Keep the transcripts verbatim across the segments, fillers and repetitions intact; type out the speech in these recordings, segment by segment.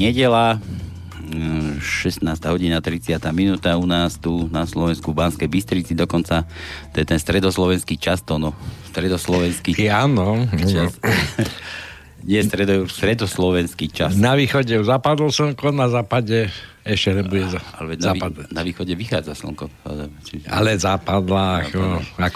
Nedeľa, šestnásta hodina tridsiata minúta u nás tu na Slovensku, v Banskej Bystrici dokonca. To je ten stredoslovenský čas, to no. Stredoslovenský áno. čas. Nie stredo, stredoslovenský čas. Na východe už zapadlo slnko, na západe ešte nebude za, ale na, zapadať. Na východe vychádza slnko. Ale zapadla, ako, ako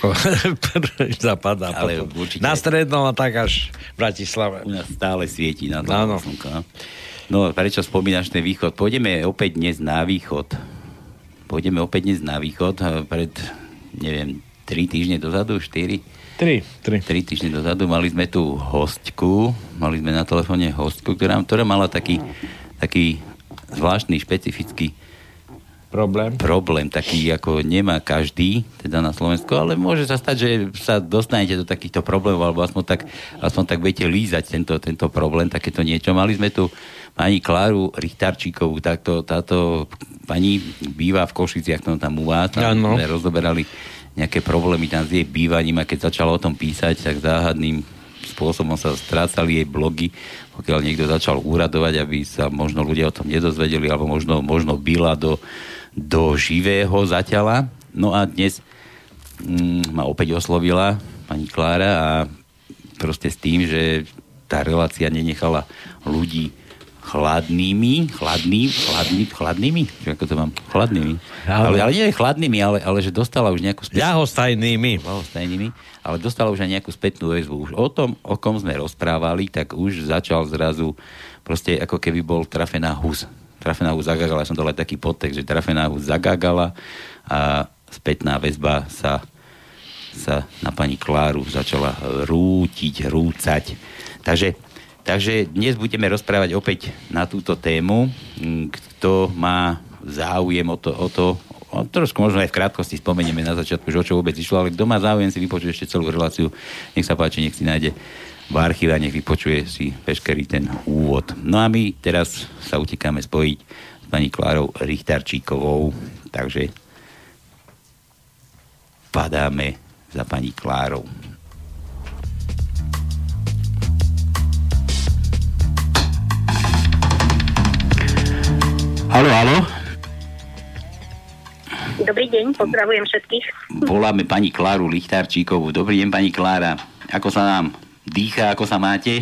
zapadá. Ale určite. Na strednom a tak až v Bratislave. U nás stále svieti na to slnko. No? No, prečo spomínaš ten východ? Pôjdeme opäť dnes na východ. Pôjdeme opäť dnes na východ. Pred, neviem, tri týždne dozadu, štyri? Tri. Tri. Tri týždne dozadu mali sme tu hostku. Mali sme na telefóne hostku, ktorá, ktorá mala taký, taký zvláštny, špecifický problém. Problém, taký ako nemá každý, teda na Slovensku, ale môže sa stať, že sa dostanete do takýchto problémov, alebo aspoň tak, aspoň tak budete lízať tento, tento problém, takéto niečo. Mali sme tu pani Kláru Richtarčíkovú, takto, táto pani býva v Košiciach, to tam u vás, tam sme rozoberali nejaké problémy tam s jej bývaním a keď začala o tom písať, tak záhadným spôsobom sa strácali jej blogy, pokiaľ niekto začal úradovať, aby sa možno ľudia o tom nedozvedeli, alebo možno, možno byla do, do živého zaťala. No a dnes mm, ma opäť oslovila pani Klára a proste s tým, že tá relácia nenechala ľudí chladnými, chladný, chladný, chladnými? Čo ako to mám? Chladnými. Ale, ale nie chladnými, ale, ale že dostala už nejakú spätnú... Ľahostajnými. Ľahostajnými, ale dostala už aj nejakú spätnú väzbu. Už o tom, o kom sme rozprávali, tak už začal zrazu proste ako keby bol trafená hus. Trafená hus zagagala, ja som dal aj taký podtext, že trafená hus zagagala a spätná väzba sa, sa na pani Kláru začala rútiť, rúcať. Takže Takže dnes budeme rozprávať opäť na túto tému. Kto má záujem o to, o to o, trošku možno aj v krátkosti spomenieme na začiatku, že o čo vôbec išlo, ale kto má záujem si vypočuť ešte celú reláciu, nech sa páči, nech si nájde v archíve a nech vypočuje si veškerý ten úvod. No a my teraz sa utekáme spojiť s pani Klárou Richtarčíkovou, takže padáme za pani Klárou. Haló, haló. Dobrý deň, pozdravujem všetkých. Voláme pani Kláru Richtarčíkovú. Dobrý deň, pani Klára. Ako sa nám dýcha, ako sa máte?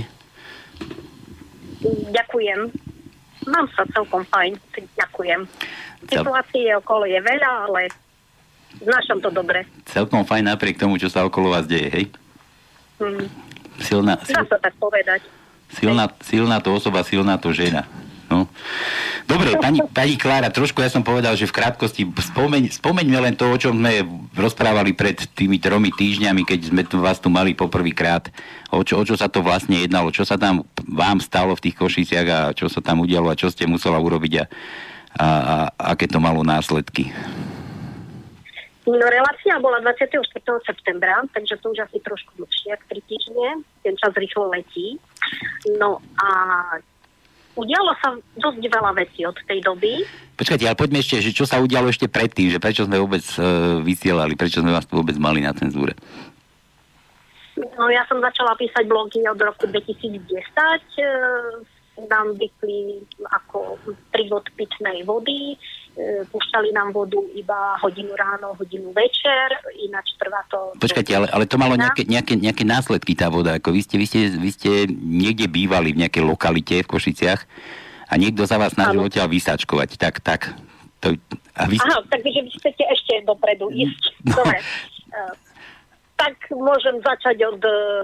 Ďakujem. Mám sa celkom fajn, ďakujem. Situácie okolo je veľa, ale znášam to dobre. Celkom fajn napriek tomu, čo sa okolo vás deje, hej? Hmm. Silná, sil... Dá sa tak povedať. Silná, silná to osoba, silná to žena. No. Dobre, pani, pani Klára, trošku ja som povedal, že v krátkosti spomeň, spomeňme len to, o čom sme rozprávali pred tými tromi týždňami, keď sme tu, vás tu mali poprvýkrát. O čo, o čo sa to vlastne jednalo, čo sa tam vám stalo v tých Košiciach a čo sa tam udialo a čo ste musela urobiť a, a, a aké to malo následky. No, relácia bola dvadsiateho štvrtého septembra, takže to už asi trošku dlhšie, ako tri týždne. Ten čas rýchlo letí. No a udialo sa dosť veľa vecí od tej doby. Počkajte, ale poďme ešte, že čo sa udialo ešte predtým, že prečo sme vôbec uh, vysielali, prečo sme vás tu vôbec mali na cenzúre? No, ja som začala písať blogy od roku dvetisícdesať. Nám vykli ako prívod pitnej vody. Púšťali nám vodu iba hodinu ráno, hodinu večer. Ináč trvá to... Počkajte, ale, ale to malo nejaké, nejaké, nejaké následky tá voda. Ako vy, ste, vy, ste, vy ste niekde bývali v nejakej lokalite v Košiciach a niekto sa vás snažil odtiaľ vysáčkovať. Tak, tak. To, a vy ste... Aha, takže vy chcete ešte dopredu ísť. No. Dobre. Tak môžem začať od...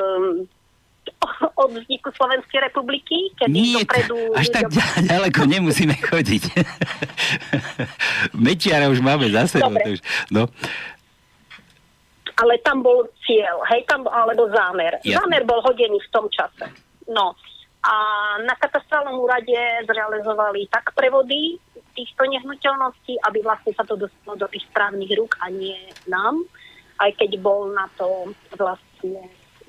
od vzniku Slovenskej republiky, keď Nie, dopredu... až tak ďaleko nemusíme chodiť. Mečiara už máme za sebou. No. Ale tam bol cieľ, hej, tam, alebo zámer. Ja. Zámer bol hodený v tom čase. No. A na katastrálnom úrade zrealizovali tak prevody týchto nehnuteľností, aby vlastne sa to dostalo do tých správnych rúk a nie nám. Aj keď bol na to vlastne...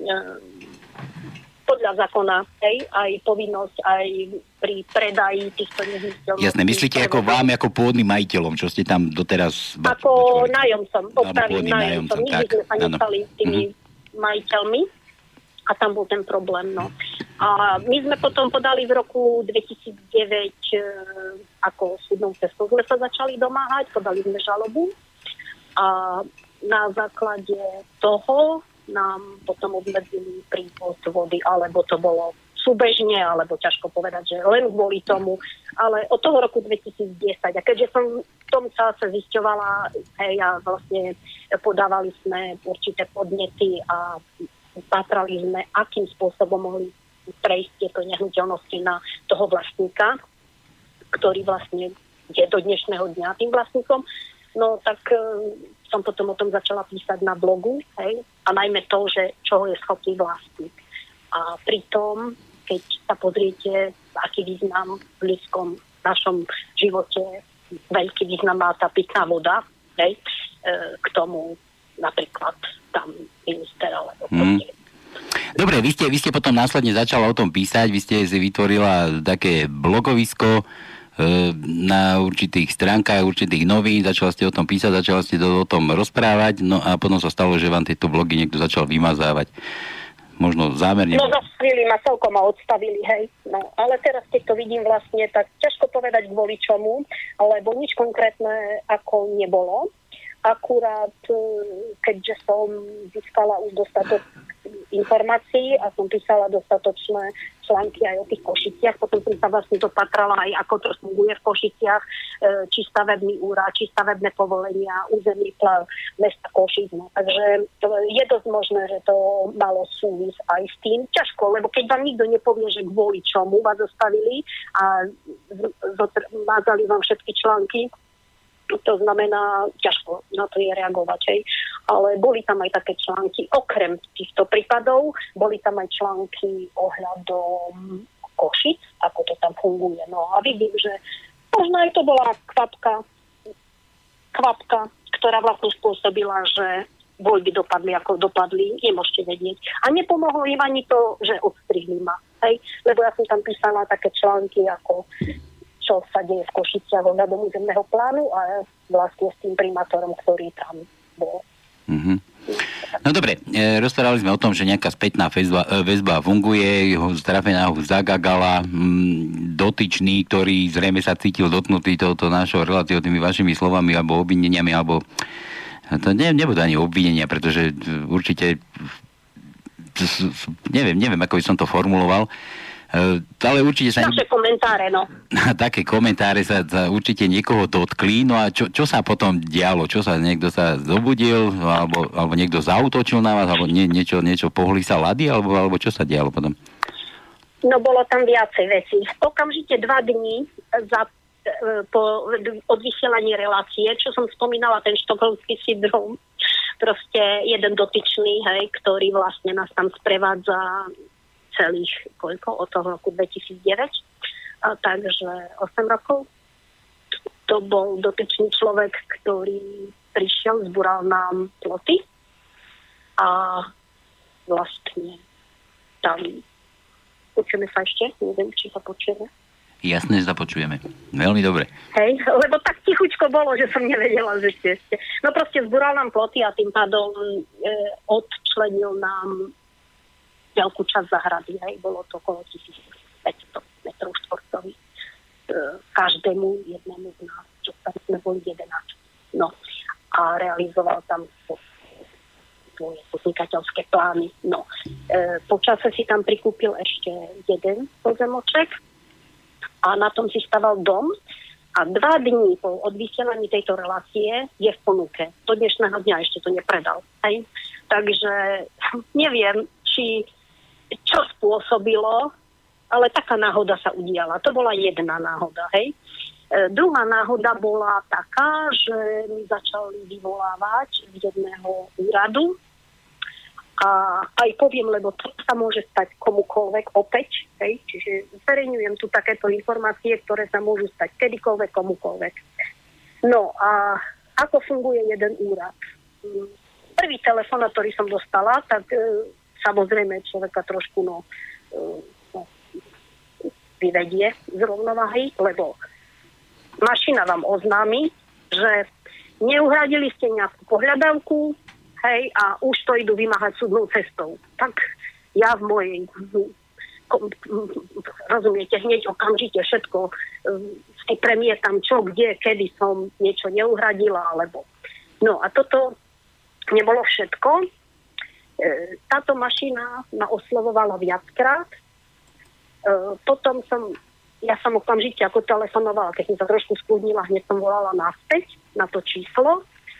podľa zákona, hej, aj povinnosť, aj pri predaji týchto nehnuteľností. Jasné, myslíte ako vám, ako pôvodným majiteľom, čo ste tam doteraz... Ako nájomcom, opravím nájomcom. nájomcom. Nikdy sme sa nestali tými mm-hmm. majiteľmi a tam bol ten problém, no. A my sme potom podali v roku dvetisícdeväť e, ako súdnou cestou sme sa začali domáhať, podali sme žalobu a na základe toho nám potom obmedzili prívoz vody, alebo to bolo súbežne, alebo ťažko povedať, že len kvôli tomu, ale od toho roku dvetisícdesať. A keďže som v tom čase zisťovala, hej, a vlastne podávali sme určité podnety a pátrali sme, akým spôsobom mohli prejsť tieto nehnuteľnosti na toho vlastníka, ktorý vlastne je do dnešného dňa tým vlastníkom, no tak e, som potom o tom začala písať na blogu, hej, a najmä to, že čoho je schopný vlastník. A pritom keď sa pozriete, aký význam v ľudskom našom živote, veľký význam má tá pitná voda, hej, e, k tomu napríklad tam minister alebo hmm. Dobre, vy ste, vy ste potom následne začala o tom písať, vy ste si vytvorila také blogovisko e, na určitých stránkach, určitých novín, začala ste o tom písať, začala ste do, o tom rozprávať, no a potom sa stalo, že vám tieto blogy niekto začal vymazávať. Možno zámerne. No zastavili ma, celkom ma odstavili, hej. No, ale teraz, keď to vidím vlastne, tak ťažko povedať kvôli čomu, lebo nič konkrétne ako nebolo. Akurát, keďže som získala už dostatok informácií a som písala dostatočné články aj o tých Košiciach, potom som sa vlastne dopatrala aj ako to funguje v Košiciach, či stavebný úrad, či stavebné povolenia, územný plán mesta Košic. No. Takže to je dosť možné, že to malo súvis aj s tým. Ťažko, lebo keď vám nikto nepovie, že kvôli čomu vás zastavili a zmazali vám všetky články, to znamená, ťažko na to je reagovať, hej. Ale boli tam aj také články, okrem týchto prípadov, boli tam aj články ohľadom Košic, ako to tam funguje. No a vidím, že možno aj to bola kvapka, kvapka, ktorá vlastne spôsobila, že voľby dopadli, ako dopadli, nemôžete vedieť. A nepomohlo im ani to, že odstrihli ma, hej. Lebo ja som tam písala také články, ako čo sa deje v Košiciach ohľadom územného plánu a vlastne s tým primátorom, ktorý tam bol. Mm-hmm. No dobre, e, rozprávali sme o tom, že nejaká spätná väzba, e, väzba funguje, ho strafená ho zagagala, m, dotyčný, ktorý zrejme sa cítil dotknutý touto našou reláciou tými vašimi slovami alebo obvineniami, alebo to ne, nebudú ani obvinenia, pretože určite neviem, neviem, ako by som to formuloval. Uh, ale určite sa... Také komentáre, no. Také komentáre sa, sa určite niekoho dotkli. No a čo, čo sa potom dialo? Čo sa, niekto sa zobudil? Alebo, alebo niekto zaútočil na vás? Alebo nie, niečo, niečo pohli sa lady? Alebo, alebo čo sa dialo potom? No bolo tam viacej vecí. Okamžite dva dní za, po, od vysielania relácie, čo som spomínala, ten štokholmský syndrom, proste jeden dotyčný, hej, ktorý vlastne nás tam sprevádza celých, koľko, od toho roku dvetisícdeväť, a takže osem rokov. To bol dotyčný človek, ktorý prišiel, zbúral nám ploty a vlastne tam počujeme sa ešte, neviem, či sa počujeme. Jasné, že sa počujeme. Veľmi dobre. Hej, lebo tak tichučko bolo, že som nevedela, že ste ste. No proste zbúral nám ploty a tým pádom e, odčlenil nám veľkú časť zahrady, hej, bolo to okolo tisícpäťsto metrov štvorcových každému jednému z nás, čo tam sme boli jedenásť. No a realizoval tam svoje podnikateľské plány. No, e, po čase si tam prikúpil ešte jeden pozemoček a na tom si staval dom a dva dní po odvysielaní tejto relácie je v ponuke. Do dnešného dňa ešte to nepredal. Hej. Takže neviem, či čo spôsobilo, ale taká náhoda sa udiala. To bola jedna náhoda, hej. E, druhá náhoda bola taká, že mi začali vyvolávať z jedného úradu a aj poviem, lebo to sa môže stať komukoľvek opäť, hej. Čiže zverejňujem tu takéto informácie, ktoré sa môžu stať kedykoľvek, komukoľvek. No a ako funguje jeden úrad? Prvý telefón, ktorý som dostala, tak e, samozrejme človeka trošku no, no, vyvedie z rovnováhy, lebo mašina vám oznámi, že neuhradili ste nejakú pohľadávku, hej, a už to idú vymáhať súdnou cestou. Tak ja v mojej rozumiete, hneď okamžite všetko si premietam, čo, kde, kedy som niečo neuhradila, alebo... No a toto nebolo všetko. Táto mašina ma oslovovala viackrát. Potom som, ja som okamžite ako telefonovala, keď som sa trošku skľudnila, hneď som volala naspäť na to číslo.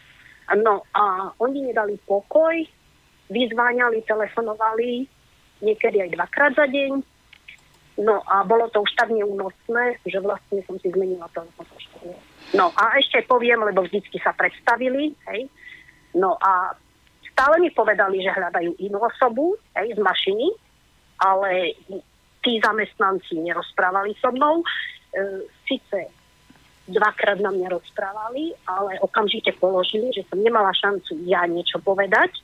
No a oni nedali pokoj, vyzváňali, telefonovali niekedy aj dvakrát za deň. No a bolo to už tak neúnosné, že vlastne som si zmenila telefón. No a ešte poviem, lebo vždycky sa predstavili, hej. No a stále mi povedali, že hľadajú inú osobu, hej, z mašiny, ale tí zamestnanci nerozprávali so mnou. E, Sice dvakrát na mňa rozprávali, ale okamžite položili, že som nemala šancu ja niečo povedať.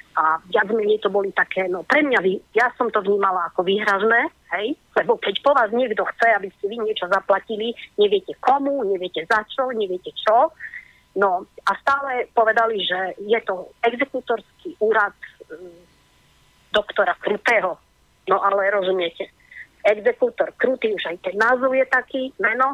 A viac menej to boli také, no pre mňa, ja som to vnímala ako výhražné, hej, lebo keď po vás niekto chce, aby ste vy niečo zaplatili, neviete komu, neviete za čo, neviete čo. No a stále povedali, že je to exekutorský úrad um, doktora Krutého. No ale rozumiete, exekútor Krutý, už aj ten názov je taký, meno,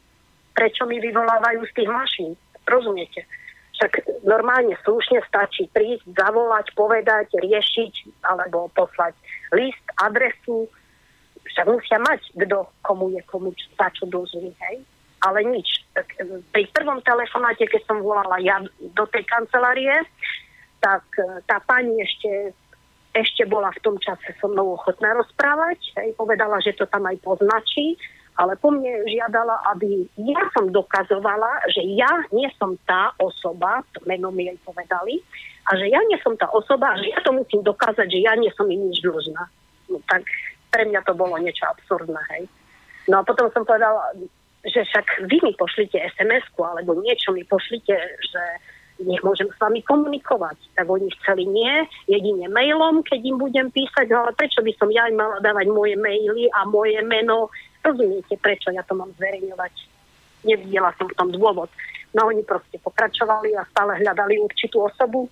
prečo mi vyvolávajú z tých mašín, rozumiete? Však normálne slušne stačí prísť, zavolať, povedať, riešiť alebo poslať list, adresu. Však musia mať, kto komu je komu za čo dlžný, hej? Ale nič. Tak pri prvom telefonáte, keď som volala ja do tej kancelárie, tak tá pani ešte, ešte bola v tom čase so mnou ochotná rozprávať. Hej? Povedala, že to tam aj poznačí. Ale po mne žiadala, aby ja som dokazovala, že ja nie som tá osoba, to meno mi jej povedali, a že ja nie som tá osoba, a že ja to musím dokázať, že ja nie som im nič dlžná. No tak pre mňa to bolo niečo absurdné, hej. No a potom som povedala, že však vy mi pošlite es em esku, alebo niečo mi pošlite, že nech môžem s vami komunikovať. Tak oni chceli nie, jedine mailom, keď im budem písať, no ale prečo by som ja im mala dávať moje maily a moje meno. Rozumiete, prečo ja to mám zverejňovať? Nevidela som v tom dôvod. No oni proste pokračovali a stále hľadali určitú osobu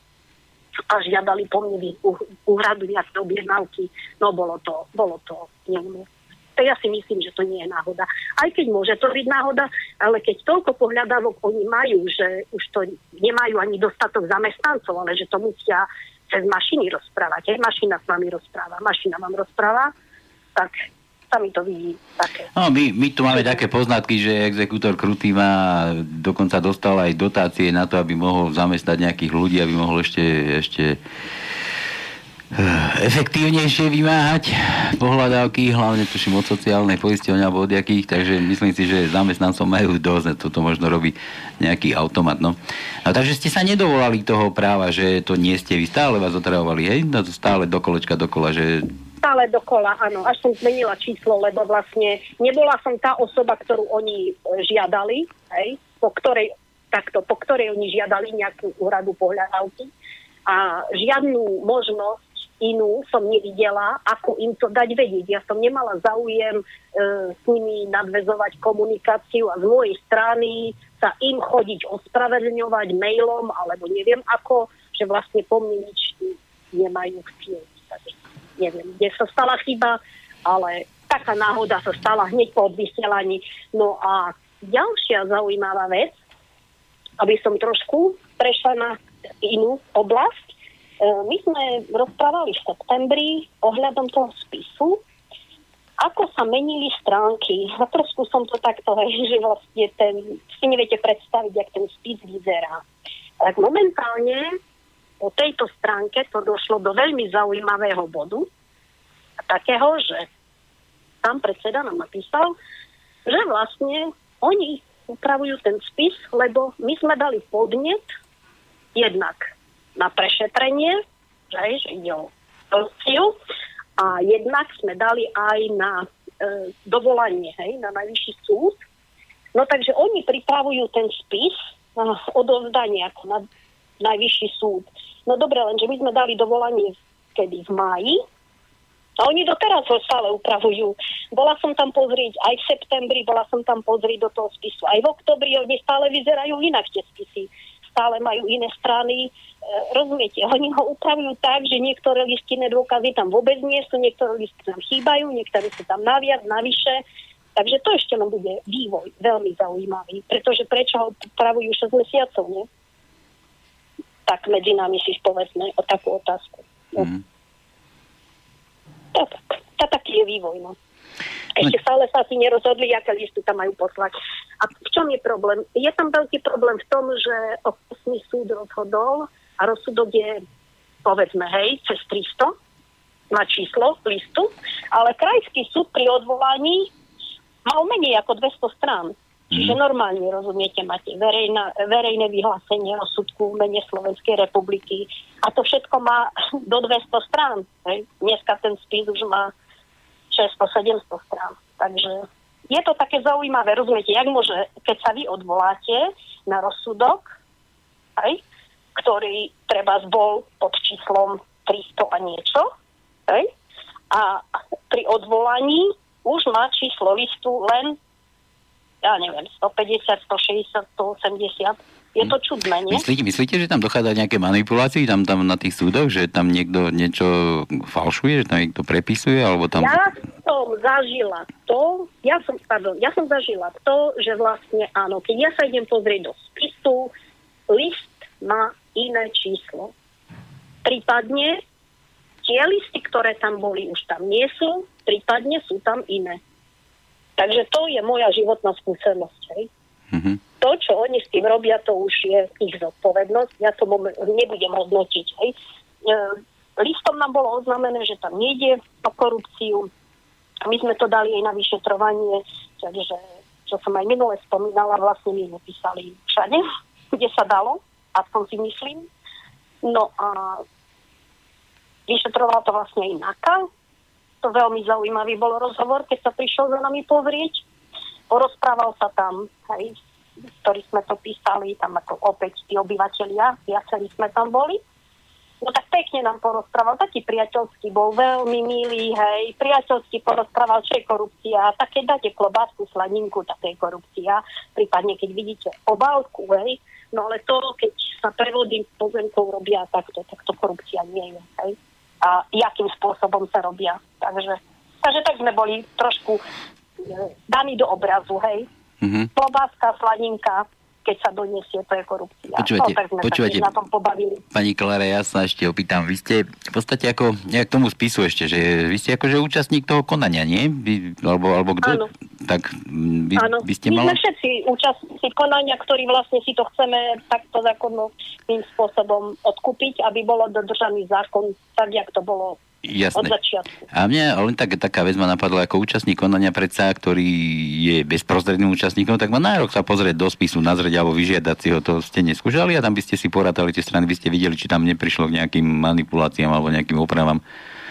a žiadali po mne úhradu nejaké objednávky. No bolo to, bolo to neúnosné. To ja si myslím, že to nie je náhoda. Aj keď môže to byť náhoda, ale keď toľko pohľadávok oni majú, že už to nemajú ani dostatok zamestnancov, ale že to musia cez mašiny rozprávať. Aj mašina s vami rozpráva, mašina vám rozpráva, tak sa mi to vidí také. No, my, my tu máme také poznatky, že exekútor Krutý má, dokonca dostal aj dotácie na to, aby mohol zamestnať nejakých ľudí, aby mohol ešte, ešte efektívnejšie vymáhať pohľadávky, hlavne tuším od sociálnej poisťovne alebo od jakých, takže myslím si, že zamestnancov majú dosť, toto možno robí nejaký automat. No. A takže ste sa nedovolali toho práva, že to nie ste vy, stále vás otravovali, hej? Stále do kolečka dokola, že stále dokola, áno, až som zmenila číslo, lebo vlastne nebola som tá osoba, ktorú oni žiadali, hej, po ktorej, takto, po ktorej oni žiadali nejakú úhradu pohľadávky a žiadnu možnosť inú som nevidela, ako im to dať vedieť. Ja som nemala záujem e, s nimi nadväzovať komunikáciu a z mojej strany sa im chodiť ospravedlňovať mailom, alebo neviem ako, že vlastne po mne nič nemajú chcieť. Neviem, kde sa stala chyba, ale taká náhoda sa stala hneď po odvysielaní. No a ďalšia zaujímavá vec, aby som trošku prešla na inú oblasť. My sme rozprávali v septembri ohľadom toho spisu, ako sa menili stránky. A trošku som to takto, že vlastne ten, si neviete predstaviť, jak ten spis vyzerá. Tak momentálne po tejto stránke to došlo do veľmi zaujímavého bodu, takého, že tam predseda nám napísal, že vlastne oni upravujú ten spis, lebo my sme dali podnet jednak na prešetrenie, že, že ide o políciu, a jednak sme dali aj na e, dovolanie, hej, na najvyšší súd. No takže oni pripravujú ten spis na odovzdanie ako na najvyšší súd. No dobre, lenže my sme dali dovolanie kedy v máji a oni doteraz ho stále upravujú. Bola som tam pozrieť aj v septembri, bola som tam pozrieť do toho spisu. Aj v oktobri oni stále vyzerajú inak tie spisy. Stále majú iné strany, rozumiete, oni ho upravujú tak, že niektoré listinné dôkazy tam vôbec nie sú, niektoré listy tam chýbajú, niektoré sú tam naviac, navyše. Takže to ešte len bude vývoj veľmi zaujímavý, pretože prečo ho upravujú šesť mesiacov, nie? Tak medzi nami si povedzme o takú otázku. No. Mm. To, tak, to taký je vývoj, no. Ešte stále sa si nerozhodli, aké listy tam majú poslať. A v čom je problém? Je tam veľký problém v tom, že okresný súd rozhodol a rozsudok je, povedzme, hej, cez tristo na číslo listu, ale krajský súd pri odvolaní mal menej ako dvesto strán. Čiže normálne, rozumiete, máte verejná, verejné vyhlásenie rozsudku v mene Slovenskej republiky a to všetko má do dvesto strán. Hej. Dneska ten spis už má šesťsto sedemsto strán. Takže je to také zaujímavé, rozumiete, jak môže, keď sa vy odvoláte na rozsudok, hej, ktorý treba bol pod číslom tristo a niečo, hej, a pri odvolaní už má číslo listu len, ja neviem, stopäťdesiat, stošesťdesiat, stoosemdesiat. Je to čudné, nie? Myslíte, myslíte, že tam dochádza nejaké manipulácie tam, tam na tých súdoch, že tam niekto niečo falšuje, že tam niekto prepisuje, alebo tam... Ja som zažila to, ja som, pardon, ja som zažila to, že vlastne áno, keď ja sa idem pozrieť do spisu, list má iné číslo. Prípadne tie listy, ktoré tam boli, už tam nie sú, prípadne sú tam iné. Takže to je moja životná skúsenosť, hej. Mm-hmm. To, čo oni s tým robia, to už je ich zodpovednosť. Ja to moment, nebudem hodnotiť. Hej. E, listom nám bolo oznámené, že tam nejde o korupciu. My sme to dali aj na vyšetrovanie, takže, čo som aj minule spomínala, vlastne my napísali všade, kde sa dalo, aspoň si myslím. No a vyšetrovala to vlastne aj NAKA. To veľmi zaujímavý bol rozhovor, keď sa prišiel za nami pozrieť. Porozprával sa tam, hej, ktorí sme to písali, tam ako opäť tí obyvatelia, viacerí sme tam boli. No tak pekne nám porozprával, taký priateľský, bol veľmi milý, hej, priateľský porozprával, čo je korupcia, tak keď dáte klobásku, slaninku, tak je korupcia, prípadne keď vidíte obálku, hej, no ale to, keď sa prevody pozemkov robia takto, tak to korupcia nie je, hej, a jakým spôsobom sa robia, takže, takže tak sme boli trošku daní do obrazu, hej. Mm-hmm. Klobáska, slaninka, keď sa doniesie, to je korupcia. Počúvate, no, tak sme počúvate, sa na tom pobavili. Pani Klára, ja sa ešte opýtam, vy ste v podstate ako, nejak tomu spisu ešte, že vy ste akože účastník toho konania, nie? Vy, alebo, alebo kto? Áno. Tak vy, vy ste My mal... sme všetci účastníci konania, ktorí vlastne si to chceme takto zákonným spôsobom odkúpiť, aby bolo dodržaný zákon tak, jak to bolo. Jasné. Od začiatku. A mňa len tak, taká vec ma napadla, ako účastník konania predsa, ktorý je bezprostredným účastníkom, tak má nárok sa pozrieť do spisu, nazrieť alebo vyžiadať si ho. To ste neskúšali a tam by ste si porátali tie strany, by ste videli, či tam neprišlo k nejakým manipuláciám alebo nejakým opravám.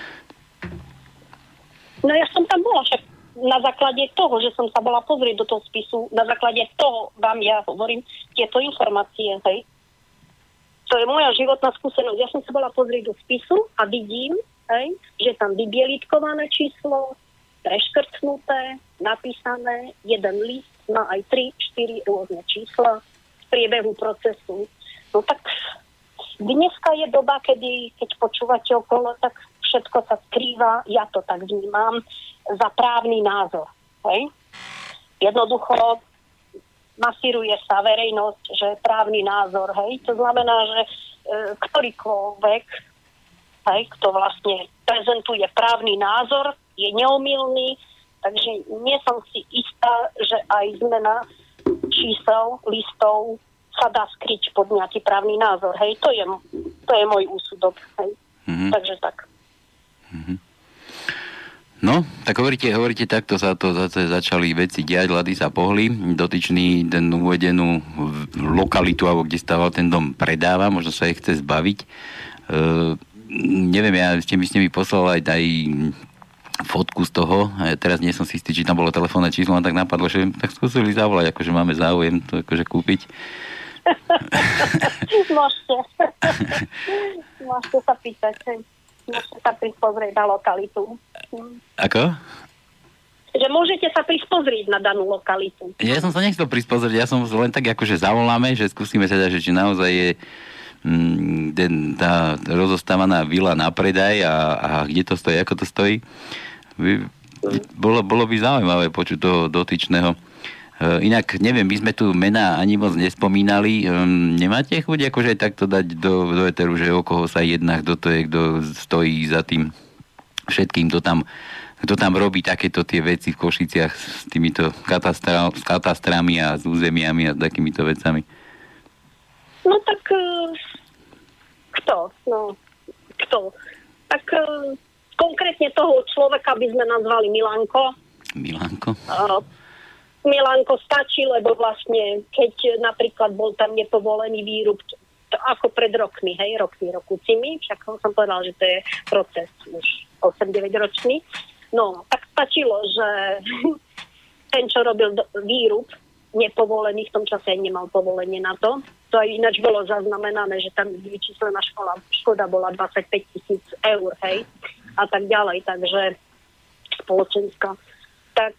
No ja som tam bola, však na základe toho, že som sa bola pozrieť do toho spisu, na základe toho vám ja hovorím tieto informácie, hej. To je moja životná skúsenosť. Ja som sa bola pozrieť do spisu a vidím, hej, že tam vybielitkované číslo, preškrtnuté, napísané, jeden list má aj tri, štyri rôzne čísla v priebehu procesu. No tak dneska je doba, kedy, keď počúvate okolo, tak všetko sa skrýva, ja to tak vnímam, za právny názor. Hej. Jednoducho masíruje sa verejnosť, že právny názor, hej, to znamená, že e, ktorýkoľvek, hej, kto vlastne prezentuje právny názor, je neomylný, takže nie som si istá, že aj zmena čísel, listov sa dá skryť pod nejaký právny názor. Hej, to je, to je môj úsudok. Hej. Mm-hmm. Takže tak. Mm-hmm. No, tak hovoríte, hovoríte, takto sa to zase začali veci diať, ľady sa pohli, dotyčný ten uvedenú lokalitu, alebo kde stával ten dom, predáva, možno sa ich chce zbaviť. E, neviem, ja ste mi, ste mi poslal aj, aj fotku z toho, ja teraz nie som si istý, či tam bolo telefónne číslo, a tak napadlo, že tak skúsili zavolať, akože máme záujem to akože kúpiť. Môžete. Môžete sa pýtať, môžete sa prísť pozrieť na lokalitu. Ako? Že môžete sa prísť pozrieť na danú lokalitu. Ja som sa nechcel prísť pozrieť, ja som len tak akože zavoláme, že skúsime sa dať, že či naozaj je ten, tá rozostávaná vila na predaj a, a kde to stojí, ako to stojí. Bolo, bolo by zaujímavé počuť toho dotyčného. Inak, neviem, my sme tu mená ani moc nespomínali. Nemáte chuť akože aj takto dať do, do eteru, že o koho sa jedná, kto to je, kto stojí za tým všetkým, kto tam, kto tam robí takéto tie veci v Košiciach s týmito katastra, s katastrami a s územiami a takýmito vecami? No tak kto? No, kto? Tak konkrétne toho človeka by sme nazvali Milanko. Milanko? Uh, Milanko stačí, lebo vlastne, keď napríklad bol tam nepovolený výrub, to ako pred rokmi, hej, rokmi, rokúcimi, však som povedal, že to je proces už osem deväť ročný, no, tak stačilo, že ten, čo robil výrub nepovolený, v tom čase aj nemal povolenie na to, to aj ináč bolo zaznamenané, že tam vyčíslená škola, škoda bola dvadsaťpäť tisíc eur, hej, a tak ďalej, takže spoločenská. Tak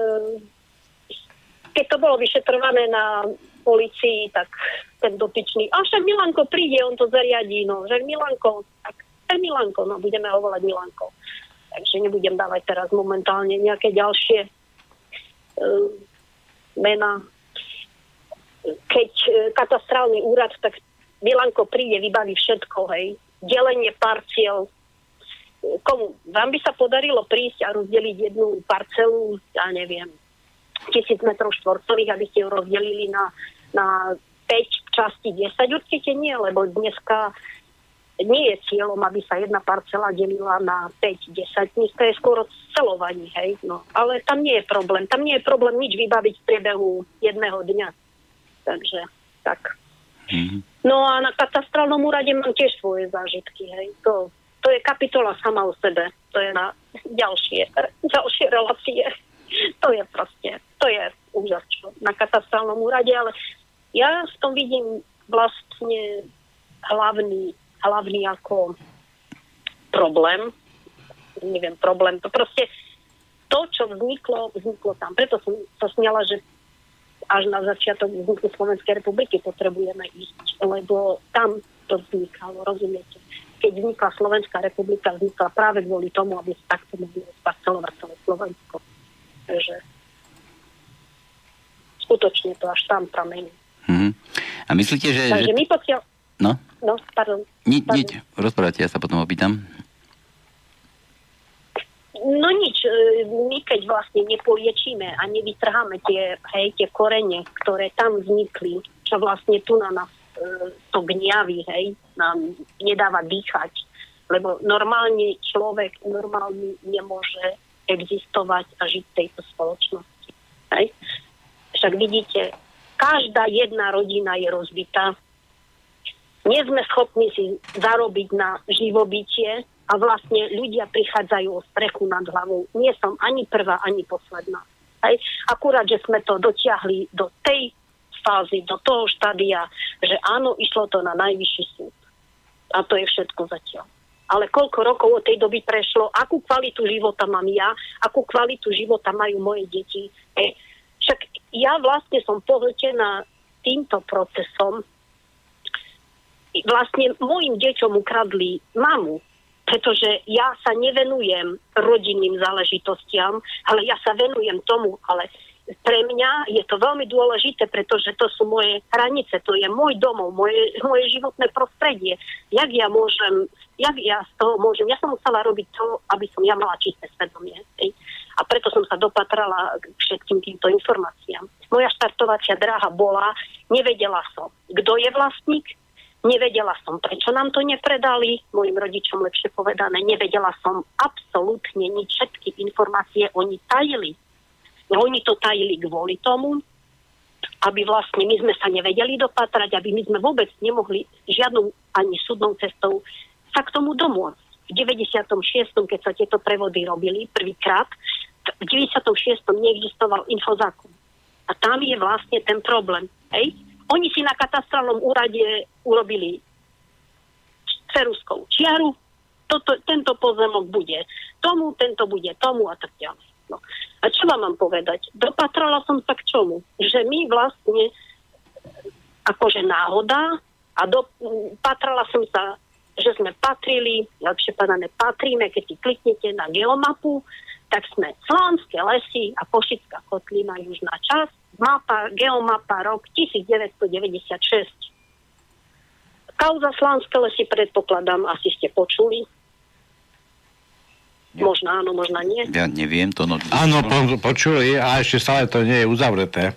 keď to bolo vyšetrované na polícii, tak ten dotyčný, a však Milanko príde, on to zariadí, no, že Milanko, tak ten Milanko, no, budeme ho volať Milanko. Takže nebudem dávať teraz momentálne nejaké ďalšie uh, mená. Keď uh, katastrálny úrad, tak Milanko príde, vybaví všetko, hej, delenie parciel. Komu? Vám by sa podarilo prísť a rozdeliť jednu parcelu, ja neviem, tisíc metrov štvorcových, aby ste ju rozdelili na, na päť častí desať? Určite nie, lebo dneska nie je cieľom, aby sa jedna parcela delila na päť desať. Dneska je skôr celovaní, hej. No, ale tam nie je problém. Tam nie je problém nič vybaviť v priebehu jedného dňa. Takže, tak. Mm-hmm. No a na katastrálnom úrade mám tiež svoje zážitky, hej. To, to je kapitola sama o sebe. To je na ďalšie, ďalšie relácie. To je proste, to je úžasné na katastrálnom úrade, ale ja v tom vidím vlastne hlavný, hlavný ako problém, neviem, problém, to proste to, čo vzniklo, vzniklo tam. Preto som sa smiala, že až na začiatok vzniku Slovenskej republiky potrebujeme ísť, lebo tam to vznikalo, rozumiete? Keď vznikla Slovenská republika, vznikla práve kvôli tomu, aby sa takto mohli sparcelovať celé Slovensko. Takže skutočne to až tam pramení. Hmm. A myslíte, že... Takže že... my pokiaľ... No? No, pardon. Nič, nič. Rozprávate, ja sa potom opýtam. No nič. My keď vlastne nepoliečíme a nevytrháme tie, hej, tie korene, ktoré tam vznikli, čo vlastne tu na nás e, to gniaví, hej, nám nedáva dýchať. Lebo normálne človek normálne nemôže existovať a žiť v tejto spoločnosti. Hej. Však vidíte, každá jedna rodina je rozbitá. Nie sme schopní si zarobiť na živobytie a vlastne ľudia prichádzajú o strechu nad hlavou. Nie som ani prvá, ani posledná. Hej. Akurát, že sme to dotiahli do tej fázy, do toho štádia, že áno, išlo to na najvyšší súd. A to je všetko zatiaľ. Ale koľko rokov od tej doby prešlo, akú kvalitu života mám ja, akú kvalitu života majú moje deti. E, však ja vlastne som pohltená týmto procesom. Vlastne mojim deťom ukradli mamu, pretože ja sa nevenujem rodinným záležitostiam, ale ja sa venujem tomu, ale pre mňa je to veľmi dôležité, pretože to sú moje hranice, to je môj domov, moje, moje životné prostredie. Jak ja môžem, jak ja z toho môžem, ja som musela robiť to, aby som ja mala čisté svedomie. Hej. A preto som sa dopatrala k všetkým týmto informáciám. Moja štartovacia dráha bola, nevedela som, kto je vlastník, nevedela som, prečo nám to nepredali, mojim rodičom lepšie povedané, nevedela som absolútne nič, všetky informácie oni tajili. Oni to tajili kvôli tomu, aby vlastne my sme sa nevedeli dopatrať, aby my sme vôbec nemohli žiadnou ani súdnou cestou sa k tomu domôcť. V deväťdesiatom šiestom, keď sa tieto prevody robili prvýkrát, v deväťdesiatom šiestom neexistoval infozákon. A tam je vlastne ten problém. Hej? Oni si na katastrálnom úrade urobili ceruzkou čiaru, toto, tento pozemok bude tomu, tento bude tomu a tak ďalej. No. A čo vám mám povedať? Dopatrala som sa k čomu? Že my vlastne, akože náhoda, A do, patrala som sa, že sme patrili, lepšie povedané patríme, keď si kliknete na geomapu, tak sme Slánske lesy a Košická kotlina, južná časť, mapa, geomapa, rok devätnásťstodeväťdesiatšesť. Kauza Slánske lesy, predpokladám, asi ste počuli. Ja. Možno áno, možno nie. Ja neviem to. No... Áno, po, počuli a ešte stále to nie je uzavreté.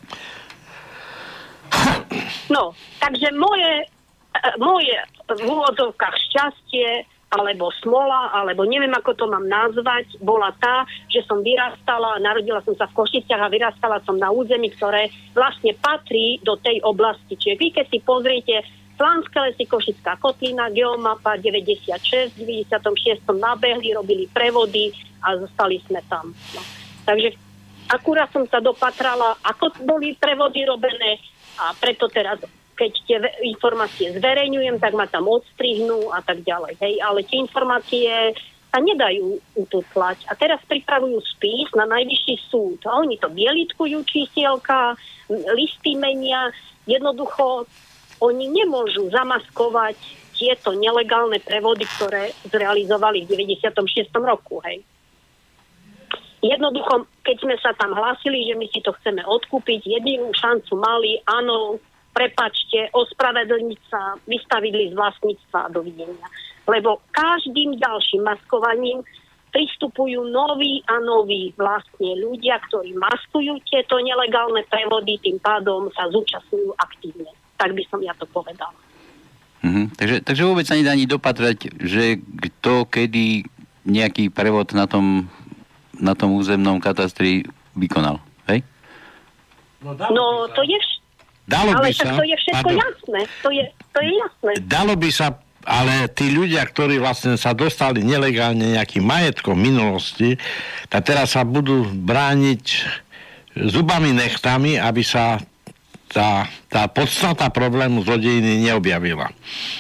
No, takže moje, moje v úvodzovkách šťastie, alebo smola, alebo neviem, ako to mám nazvať, bola tá, že som vyrastala, narodila som sa v Košiciach a vyrastala som na území, ktoré vlastne patrí do tej oblasti. Čiže vy, keď si pozriete Slánske lesy, Košická kotlina, geomapa deväťdesiatšesť, v deväťdesiatšesť nabehli, robili prevody a zostali sme tam. No. Takže akurát som sa dopatrala, ako boli prevody robené a preto teraz keď tie informácie zverejňujem, tak ma tam odstrihnú a tak ďalej. Hej. Ale tie informácie sa nedajú ututlať. A teraz pripravujú spis na najvyšší súd. A oni to bielitkujú čísielka, listy menia. Jednoducho oni nemôžu zamaskovať tieto nelegálne prevody, ktoré zrealizovali v deväťdesiatom šiestom roku. Hej. Jednoducho, keď sme sa tam hlásili, že my si to chceme odkúpiť, jedinú šancu mali, áno, prepáčte, ospravedlniť sa, vystavili z vlastníctva a dovidenia. Lebo každým ďalším maskovaním pristupujú noví a noví vlastne ľudia, ktorí maskujú tieto nelegálne prevody, tým pádom sa zúčastňujú aktívne. Tak by som ja to povedala. Mhm. Takže, takže vôbec sa nedá ani dopatrať, že kto, kedy nejaký prevod na tom, na tom územnom katastri vykonal, hej? No, no to je vš- Dalo ale by sa, to je všetko pardon, jasné. To je, to je jasné. Dalo by sa, ale tí ľudia, ktorí vlastne sa dostali nelegálne nejakým majetkom v minulosti, tak teraz sa budú brániť zubami nechtami, aby sa tá, tá podstata problému zlodejiny neobjavila.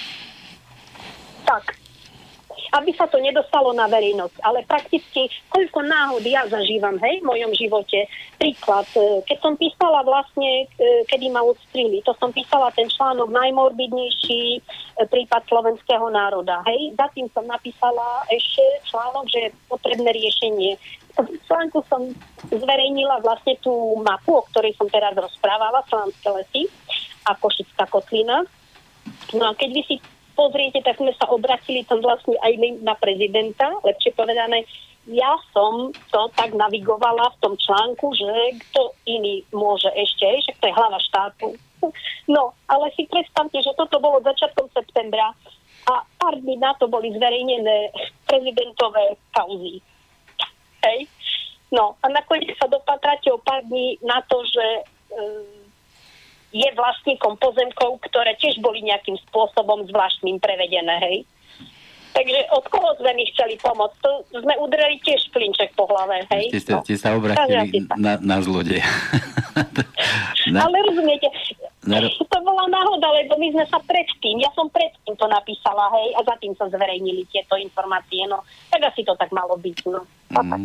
Tak. Aby sa to nedostalo na verejnosť. Ale prakticky, koľko náhod ja zažívam, hej, v mojom živote. Príklad, keď som písala vlastne, kedy ma odstrihli, to som písala ten článok najmorbidnejší prípad slovenského národa, hej. Za tým som napísala ešte článok, že je potrebné riešenie. V článku som zverejnila vlastne tú mapu, o ktorej som teraz rozprávala, Slánske lesy a Košická kotlina. No a keď vy si pozriete, tak sme sa obratili tam vlastne aj na prezidenta, lepšie povedané, ja som to tak navigovala v tom článku, že kto iný môže ešte, že to je hlava štátu. No, ale si predstavte, že toto bolo začiatkom septembra a pár dní na to boli zverejnené prezidentové kauzy. Hej? No, a nakoniec sa dopatráte o pár dní na to, že um, je vlastníkom pozemkov, ktoré tiež boli nejakým spôsobom zvláštnym prevedené, hej. Takže od koho sme my chceli pomôcť? To sme udreli tiež klinček po hlave, hej. Ste, ste, ste sa obratili na, na zlodeja. na... Ale rozumiete, na... to bola náhoda, lebo my sme sa predtým, ja som predtým to napísala, hej, a za tým sa zverejnili tieto informácie, no. Tak asi to tak malo byť, no. A mm. tak.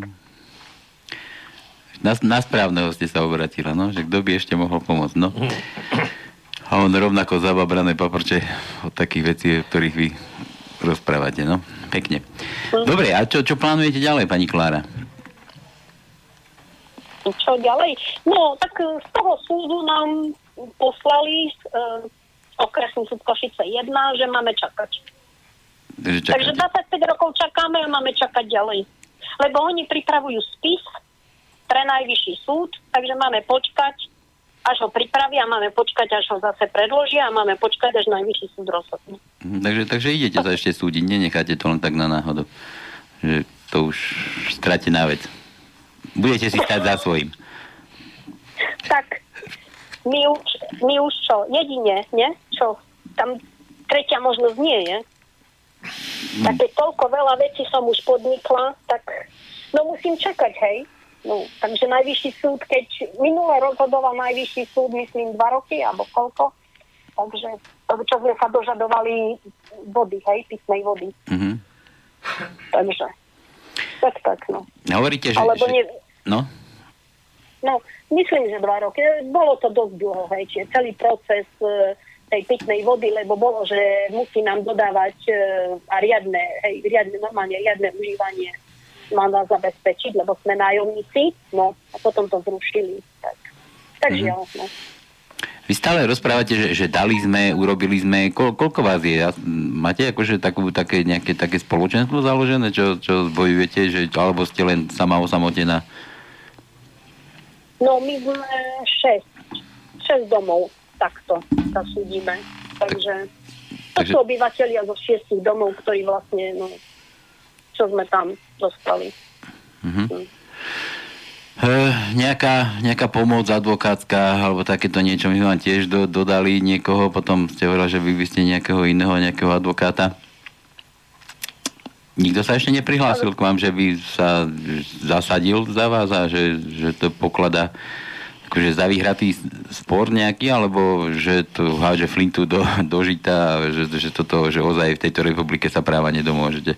Na, na správneho ste sa obratila, no? Že kto by ešte mohol pomôcť, no? A on rovnako zababrané paprče od takých vecí, o ktorých vy rozprávate, no? Pekne. Dobre, a čo, čo plánujete ďalej, pani Klára? Čo ďalej? No, tak z toho súdu nám poslali uh, okresný súd Košice jedna, že máme čakať. Takže dvadsaťpäť rokov čakáme a máme čakať ďalej. Lebo oni pripravujú spis pre najvyšší súd, takže máme počkať, až ho pripravia, máme počkať, až ho zase predložia a máme počkať, až najvyšší súd rozhodne. Takže, takže idete sa ešte súdiť, nenecháte to len tak na náhodu, že to už stratená vec. Budete si stať za svojím. Tak, my už, my už čo, jedine, nie? Čo, tam tretia možnosť nie je. Hmm. Tak keď toľko veľa vecí som už podnikla, tak no musím čakať, hej. No, takže najvyšší súd, keď minule rozhodoval najvyšší súd, myslím, dva roky, alebo koľko, takže čo sme sa dožadovali vody, hej, pitnej vody. Mm-hmm. Takže, tak, tak, no. Hovoríte, že... Alebo že... Ne... No? No, myslím, že dva roky. Bolo to dosť dlho, hej, čiže celý proces tej pitnej vody, lebo bolo, že musí nám dodávať e, a riadne, hej, riadne, normálne riadne užívanie má nás zabezpečiť, lebo sme nájomníci, no a potom to zrušili. Tak, takže mm-hmm. no. Vy stále rozprávate, že, že dali sme, urobili sme. Ko, koľko vás je? Máte akože takú, také, nejaké také spoločenstvo založené, čo, čo bojujete, že, alebo ste len sama osamotená? No, my sme šesť. šesť domov. Takto sa súdime. Takže to Takže... sú obyvatelia zo šiestich domov, ktorí vlastne, no, čo sme tam dostali. Uh-huh. Hm. E, nejaká, nejaká pomoc advokátska, alebo takéto niečo, my vám tiež do, dodali niekoho, potom ste hovorili, že vy by ste nejakého iného, nejakého advokáta. Nikto sa ešte neprihlásil k vám, že by sa zasadil za vás a že, že to pokladá akože za vyhratý spor nejaký, alebo že to háže flintu do, do žita, že, že toto, že ozaj v tejto republike sa práva nedomôžete?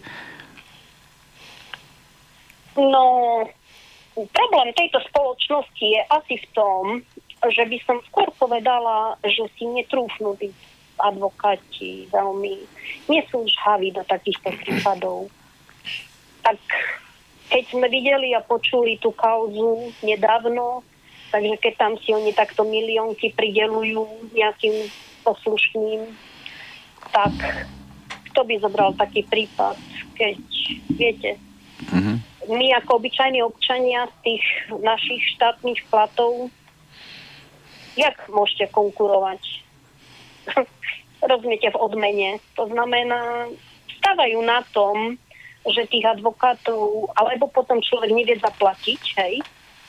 No, problém tejto spoločnosti je asi v tom, že by som skôr povedala, že si netrúfnú byť advokáti veľmi, nie sú žhaví do takýchto prípadov. Tak keď sme videli a počuli tú kauzu nedávno, takže keď tam si oni takto miliónky pridelujú nejakým poslušným, tak kto by zobral taký prípad, keď, viete, mm-hmm. my ako obyčajní občania z tých našich štátnych platov, jak môžete konkurovať? Rozumiete, v odmene. To znamená, stávajú na tom, že tých advokátov, alebo potom človek nevie zaplatiť, hej,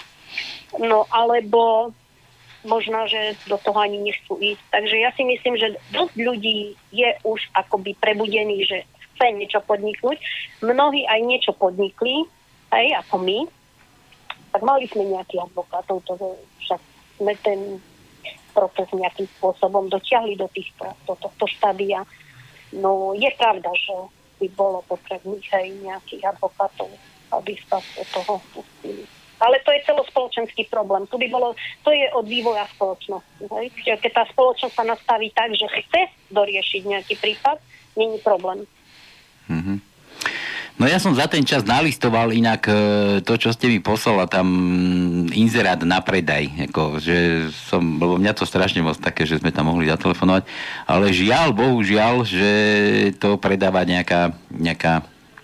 no alebo možno, že do toho ani nechcú ísť. Takže ja si myslím, že dosť ľudí je už akoby prebudených, že chce niečo podniknúť. Mnohí aj niečo podnikli, aj ako my. Tak mali sme nejakých advokátov, to však sme ten proces nejakým spôsobom dotiahli do týchto, do tohto štádia. No je pravda, že by bolo potrebných aj nejakých advokátov, aby sa do toho pustili. Ale to je celospoločenský problém. Tu by bolo, to je od vývoja spoločnosti. Hej? Keď tá spoločnosť sa nastaví tak, že chce doriešiť nejaký prípad, nie je problém. Mm-hmm. No ja som za ten čas nalistoval inak to, čo ste mi poslala, tam inzerát na predaj. Ako, že som, lebo mňa to strašne moc také, že sme tam mohli zatelefonovať. Ale žiaľ, bohužiaľ, že to predáva nejaká nejaká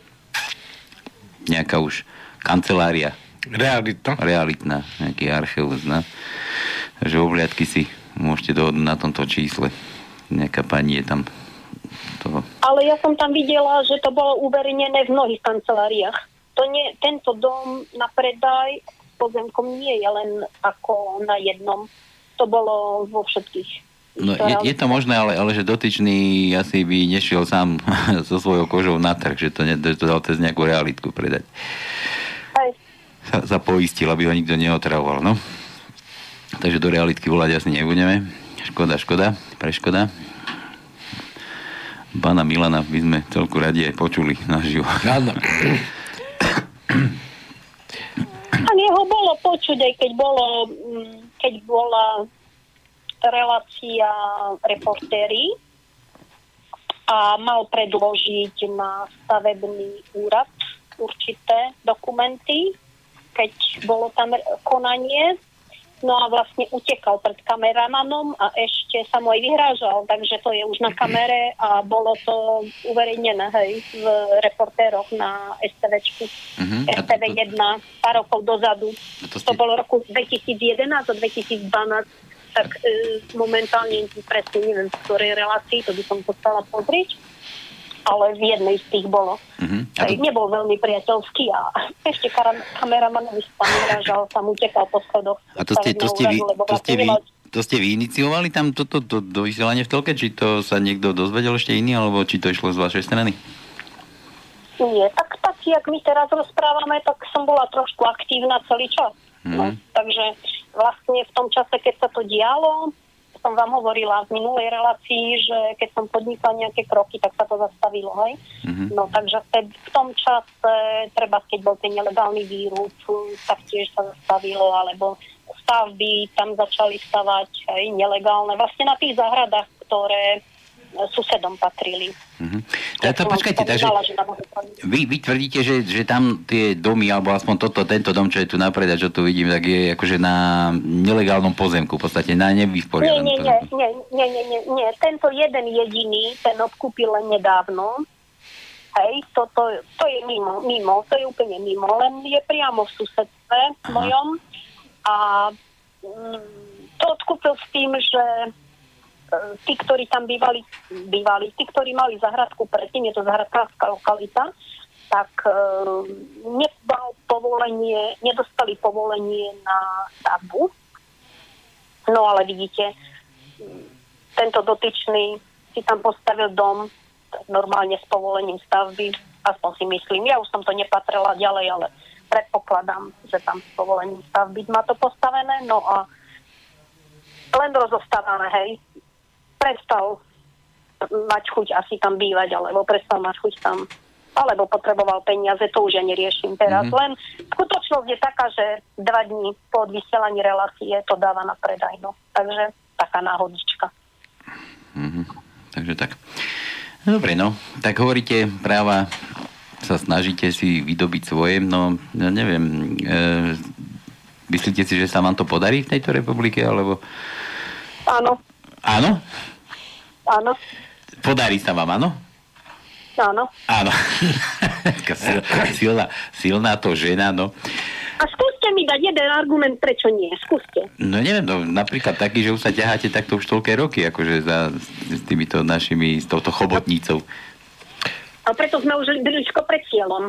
nejaká už kancelária. Realita. Realitná, nejaký archeus, ne? Takže obhliadky si môžete dohodnúť na tomto čísle. Nejaká pani je tam toho. Ale ja som tam videla, že to bolo uverejnené v mnohých kanceláriách. To nie, tento dom na predaj s pozemkom nie je len ako na jednom. To bolo vo všetkých. No je, je to možné, ale, ale že dotyčný asi by nešiel sám so svojou kožou na trh, že to, ne, to dal cez nejakú realitku predať. Hej. Sa, sa poistil, aby ho nikto neotravoval, no. Takže do realitky volať asi nebudeme. Škoda, škoda, preškoda. Pána Milana by sme celku radi aj počuli naživo. Áno. A jeho bolo počuť, aj keď bolo, keď bola relácia Reportéry a mal predložiť na stavebný úrad určité dokumenty, keď bolo tam konanie. No a vlastne utekal pred kameramanom a ešte sa mu aj vyhrážal, takže to je už na kamere a bolo to uverejnené, hej, v Reportéroch na STVčku. Uh-huh. es té vé jeden pár rokov dozadu. To, ste... to bolo roku dvetisícjedenásť a dvetisícdvanásť, tak e, momentálne presne neviem, v ktorej relácii, to by som chcela pozrieť, ale v jednej z tých bolo. Uh-huh. To... Nebol veľmi priateľský a ešte kameramanovi sa vyhrážal, tam utekal po schodoch. A to ste, to ste, vy, to ste, vy, to ste vy iniciovali tam toto to, to, do vysielania v telke? Či to sa niekto dozvedel ešte iný, alebo či to išlo z vašej strany? Nie, tak tak, jak my teraz rozprávame, tak som bola trošku aktívna celý čas. Uh-huh. No, takže vlastne v tom čase, keď sa to dialo, som vám hovorila v minulej relácii, že keď som podnikla nejaké kroky, tak sa to zastavilo, hej? Mm-hmm. No takže v tom čase, treba keď bol ten nelegálny vírus, tak tiež sa zastavilo, alebo stavby tam začali stavať, hej, nelegálne. Vlastne na tých záhradách, ktoré susedom patrili. Uh-huh. Ja to počkajte, takže vy, vy tvrdíte, že, že tam tie domy, alebo aspoň toto, tento dom, čo je tu na predaj, čo tu vidím, tak je akože na nelegálnom pozemku, v podstate na nevysporiadanom nie, nie, pozemku. Nie, nie, nie, nie, nie, tento jeden jediný, ten odkúpil len nedávno. Hej, to, to, to je mimo, mimo, to je úplne mimo, len je priamo v susedstve mojom a mm, to odkúpil s tým, že tí, ktorí tam bývali, bývali, tí, ktorí mali zahradku predtým, je to zahradkárska lokalita, tak e, nedal povolenie, nedostali povolenie na stavbu. No ale vidíte, tento dotyčný si tam postavil dom normálne s povolením stavby, aspoň si myslím. Ja už som to nepatrela ďalej, ale predpokladám, že tam s povolením stavby má to postavené. No a len rozostávané, hej. Prestal mať chuť asi tam bývať, alebo prestal mať chuť tam, alebo potreboval peniaze, to už ja neriešim teraz. Mm-hmm. Len skutočnosť je taká, že dva dní po vysielaní relácie to dáva na predaj. No. Takže taká náhodička. Mm-hmm. Takže tak. No dobre, no. Tak hovoríte, práva sa snažíte si vydobiť svoje, no ja neviem, e, myslíte si, že sa vám to podarí v tejto republike, alebo... Áno. Áno? Áno. Podarí sa vám, áno? Áno. Áno. silná, silná to žena, no. A skúste mi dať jeden argument, prečo nie. Skúste. No neviem, no, napríklad taký, že už sa ťaháte takto už toľké roky, akože za, s týmito našimi, s touto chobotnicou. A preto sme už blízko pred cieľom.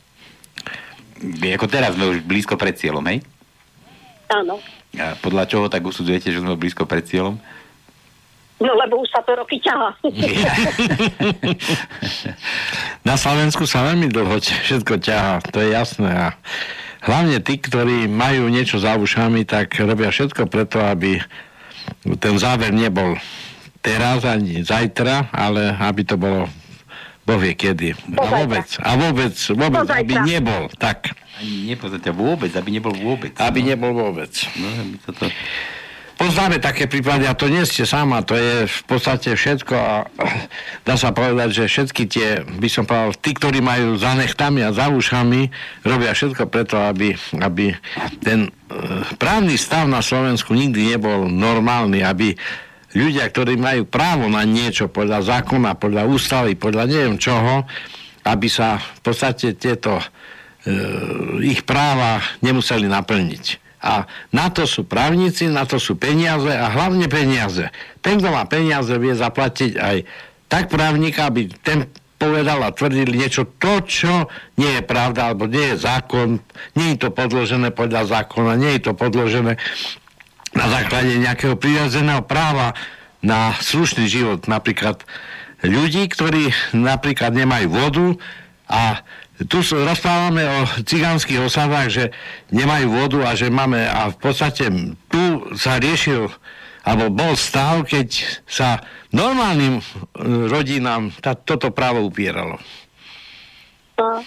Ako teraz sme už blízko pred cieľom, hej? Áno. A podľa čoho tak usudzujete, že sme blízko pred cieľom? No, lebo už sa to roky ťahá. Na Slovensku sa veľmi dlho všetko ťahá, to je jasné. A hlavne tí, ktorí majú niečo za ušami, tak robia všetko preto, aby ten záver nebol teraz ani zajtra, ale aby to bolo Boh vie kedy. A vôbec, a vôbec, vôbec aby nebol. Tak. Ani nepozrite vôbec, aby nebol vôbec. Aby no. nebol vôbec. No, aby toto... Poznáme také prípady, a to nie ste sama, to je v podstate všetko a dá sa povedať, že všetky tie, by som povedal, tí, ktorí majú za nechtami a za ušami, robia všetko preto, aby, aby ten právny stav na Slovensku nikdy nebol normálny, aby ľudia, ktorí majú právo na niečo podľa zákona, podľa ústavy, podľa neviem čoho, aby sa v podstate tieto e, ich práva nemuseli naplniť. A na to sú právnici, na to sú peniaze a hlavne peniaze. Ten, kto má peniaze, vie zaplatiť aj tak právnika, aby ten povedal a tvrdil niečo to, čo nie je pravda, alebo nie je zákon, nie je to podložené podľa zákona, nie je to podložené na základe nejakého prirodzeného práva na slušný život. Napríklad ľudí, ktorí napríklad nemajú vodu a tu rozprávame o cigánskych osadách, že nemajú vodu a že máme, a v podstate tu sa riešil, alebo bol stav, keď sa normálnym rodinám tá, toto právo upieralo. No.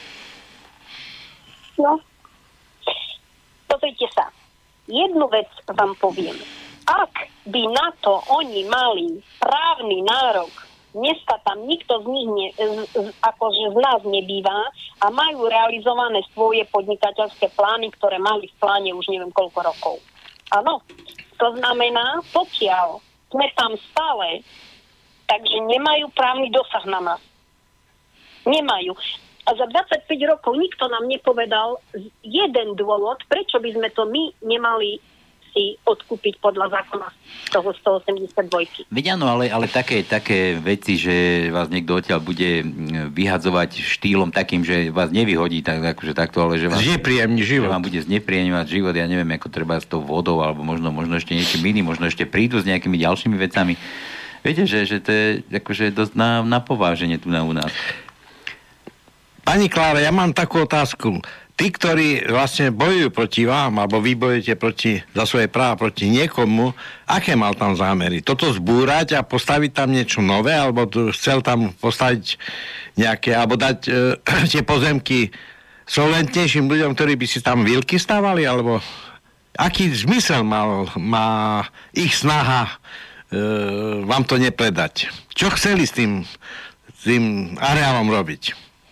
no. Pozrite sa. Jednu vec vám poviem. Ak by na to oni mali právny nárok, dnes sa tam nikto z nich ne, z, z, akože z nás nebýva a majú realizované svoje podnikateľské plány, ktoré mali v pláne už neviem koľko rokov. Áno, to znamená, pokiaľ sme tam stále, takže nemajú právny dosah na nás. Nemajú. A za dvadsaťpäť rokov nikto nám nepovedal jeden dôvod, prečo by sme to my nemali si odkúpiť podľa zákona toho stoosemdesiatdva. Veď áno, ale, ale také, také veci, že vás niekto odtiaľ bude vyhadzovať štýlom takým, že vás nevyhodí tak, akože takto, ale že vás, že vám bude znepríjemňovať život, ja neviem, ako treba s tou vodou, alebo možno, možno ešte niečím iným, možno ešte prídu s nejakými ďalšími vecami. Viete, že, že to je akože dosť na, na pováženie tu na u nás. Pani Klára, ja mám takú otázku. Tí, ktorí vlastne bojujú proti vám, alebo vy bojujete proti, za svoje práva proti niekomu, aké mal tam zámery? Toto zbúrať a postaviť tam niečo nové, alebo chcel tam postaviť nejaké, alebo dať e, tie pozemky solventnejším ľuďom, ktorí by si tam vilky stávali, alebo aký zmysel mal, má ich snaha vám to nepredať. Čo chceli s tým, s tým areálom robiť?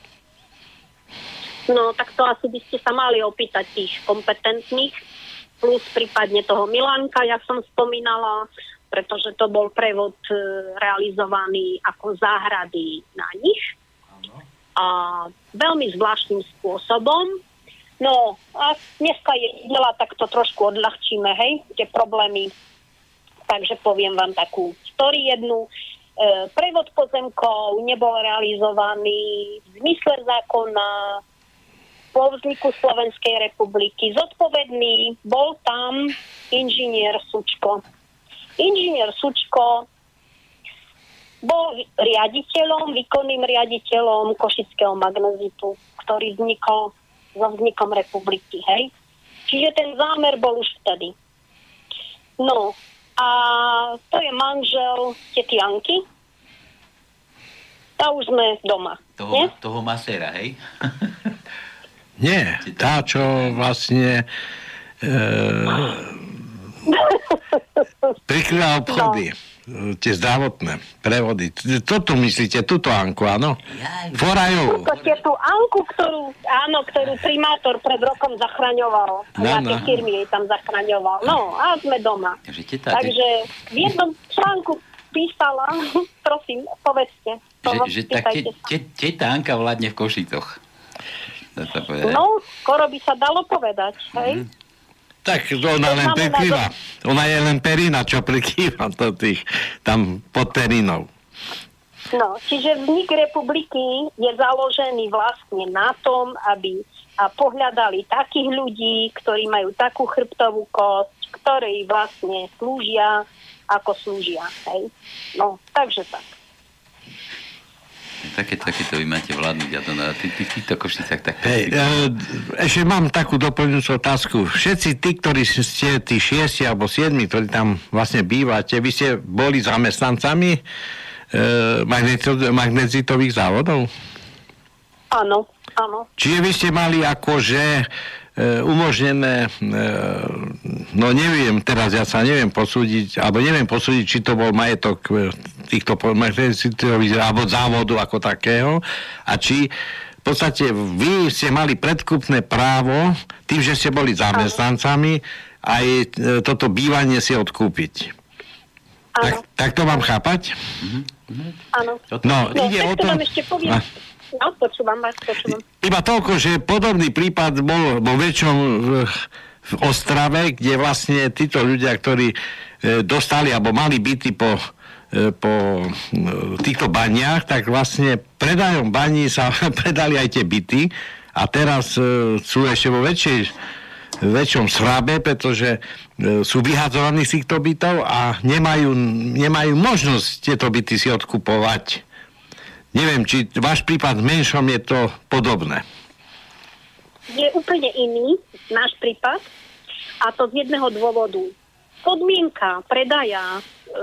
No, tak to asi by ste sa mali opýtať tých kompetentných, plus prípadne toho Milánka, jak som spomínala, pretože to bol prevod e, realizovaný ako záhrady na nich. A veľmi zvláštnym spôsobom. No, a dneska je nedela, tak to trošku odľahčíme, hej, tie problémy. Takže poviem vám takú story jednu. E, prevod pozemkov nebol realizovaný v zmysle zákona po vzniku Slovenskej republiky. Zodpovedný bol tam inžinier Sučko. Inžinier Sučko bol riaditeľom, výkonným riaditeľom Košického magnezitu, ktorý vznikol so vznikom republiky, hej. Čiže ten zámer bol už vtedy. No, a to je manžel tety Anky. A už sme doma. Toho, toho maséra, hej? Nie, tá, čo vlastne e, prikryla obchody, no. Tie zdravotné prevody. Toto myslíte, túto Anku, áno? Forajovú. Túto tú Anku, ktorú, áno, ktorú primátor pred rokom zachraňoval. No, nejaké no. firmy jej tam zachraňoval. No, a sme doma. Takže v jednom článku písala, prosím, povedzte. Že, že tak teta Anka vládne v Košicoch. No, skoro by sa dalo povedať, hej? Mm. Tak ona len prikrýva. Ona je len perina, čo prikrýva to tých tam pod perinou. No, čiže vznik republiky je založený vlastne na tom, aby a pohľadali takých ľudí, ktorí majú takú chrbtovú kosť, ktorí vlastne slúžia, ako slúžia, hej? No, takže tak. Také, takéto vy máte vládnuť a to na tý, tý, týchto Košicách tak... Hej, e, ešte mám takú doplňujúcu otázku. Všetci tí, ktorí ste tí šiesti alebo siedmi, ktorí tam vlastne bývate, vy ste boli zamestnancami e, magnetito, magnezitových závodov? Áno, áno. Čiže vy ste mali akože e, umožnené, e, no neviem, teraz ja sa neviem posúdiť, alebo neviem posúdiť, či to bol majetok e, týchto magnezitových alebo závodu ako takého, a či v podstate vy ste mali predkupné právo tým, že ste boli zamestnancami, aj e, toto bývanie si odkúpiť. Tak, tak to mám chápať? Áno. No, no, ide o to... ešte poviem. No, počúvam vás, počúvam. Iba toľko, že podobný prípad bol vo väčšom v, v Ostrave, kde vlastne títo ľudia, ktorí e, dostali alebo mali byty po, e, po e, týchto baniach, tak vlastne predajom baní sa predali aj tie byty a teraz e, sú ešte vo väčšej, väčšom srabe, pretože e, sú vyhadzovaní z týchto bytov a nemajú, nemajú možnosť tieto byty si odkupovať. Neviem, či váš prípad v menšom je to podobné. Je úplne iný náš prípad a to z jedného dôvodu. Podmienka predaja e,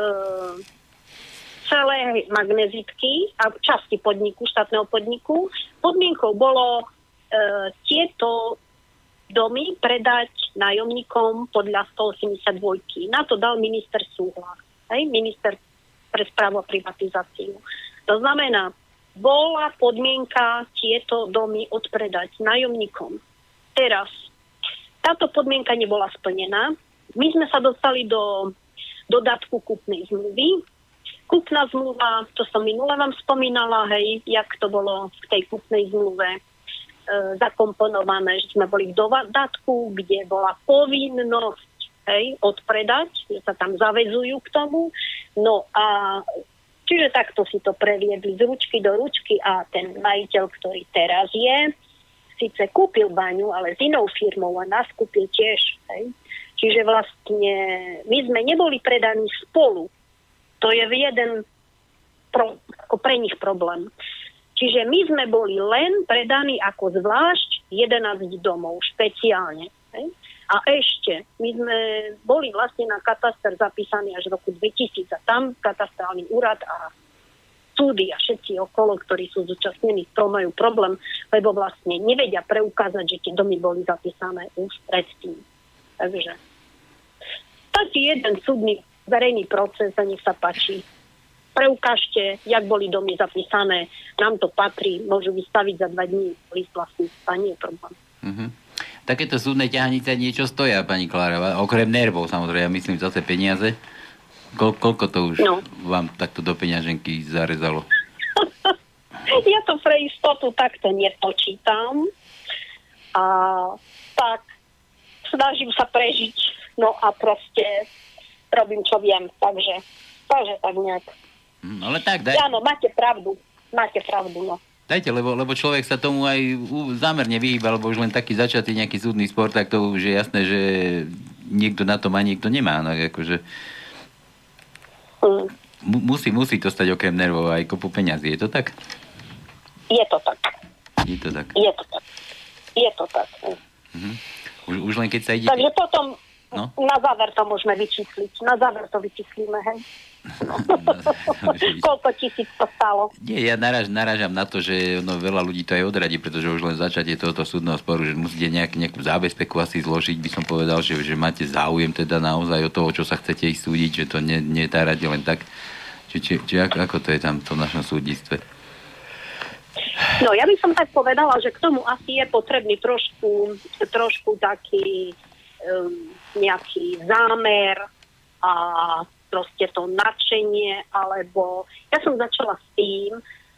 celé magnezitky a časti podniku, štátneho podniku, podmienkou bolo e, tieto domy predať nájomníkom podľa stoosemdesiatdva. Na to dal minister súhlas. Hej? Minister pre správu a privatizáciu. To znamená, bola podmienka tieto domy odpredať nájomníkom. Teraz táto podmienka nebola splnená. My sme sa dostali do dodatku kúpnej zmluvy. Kúpna zmluva, to som minule vám spomínala, hej, jak to bolo v tej kúpnej zmluve e, zakomponované, že sme boli v dodatku, kde bola povinnosť, hej, odpredať, že sa tam zaväzujú k tomu. No a čiže takto si to previedli z ručky do ručky a ten majiteľ, ktorý teraz je, síce kúpil baňu, ale s inou firmou a nás kúpil tiež. Hej. Čiže vlastne my sme neboli predaní spolu. To je jeden pro, ako pre nich problém. Čiže my sme boli len predaní ako zvlášť jedenásť domov, špeciálne. Hej. A ešte, my sme boli vlastne na kataster zapísaní až v roku dvetisíc a tam katastrálny úrad a súdy a všetci okolo, ktorí sú zúčastnení, to majú problém, lebo vlastne nevedia preukázať, že tie domy boli zapísané už predtým. Takže taký jeden súdny verejný proces a nech sa páči. Preukážte, jak boli domy zapísané, nám to patrí, môžu vystaviť za dva dní list vlastníctva, nie je problém. Mm-hmm. Takéto súdne ťahanice niečo stoja, pani Klára, okrem nervov, samozrejme, ja myslím zase peniaze. Ko- koľko to už no. vám takto do peňaženky zarezalo? Ja to pre istotu takto nepočítam. A tak snažím sa prežiť, no a proste robím, čo viem, takže, takže tak nejak. No ale tak, daj. Áno, máte pravdu, máte pravdu, no. Dajte, lebo, lebo človek sa tomu aj zámerne vyhýba, lebo už len taký začatý nejaký súdny spor, tak to už je jasné, že niekto na to má, niekto nemá, no akože mm. musí, musí to stať okrem nervov aj kopu peňazí, je to tak? Je to tak. Je to tak. Je to tak. Je to tak. Mhm. Už, už len keď sa ide... Takže potom no? na záver to môžeme vyčísliť. Na záver to vyčíslíme, hej. No. Koľko tisíc to stalo? Nie, ja naráž, narážam na to, že no, veľa ľudí to aj odradí, pretože už len začatie tohoto súdneho sporu, že musíte nejak, nejakú zábezpeku asi zložiť, by som povedal, že, že máte záujem teda naozaj o toho, čo sa chcete ísť súdiť, že to nie, nie tárate len tak. Či, či, či ako, ako to je tam v tom našom súdnictve? No, ja by som tak povedala, že k tomu asi je potrebný trošku, trošku taký um, nejaký zámer a proste to nadšenie, alebo ja som začala s tým,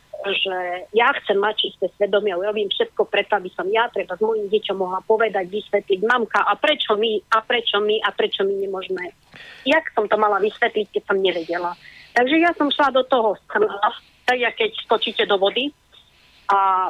že ja chcem mať čisté svedomie, urobím všetko preto, aby som ja treba s mojim deťom mohla povedať, vysvetliť, mamka, a prečo my, a prečo my, a prečo my nemôžeme. Jak som to mala vysvetliť, keď som nevedela. Takže ja som šla do toho skrla, tak ja keď skočíte do vody a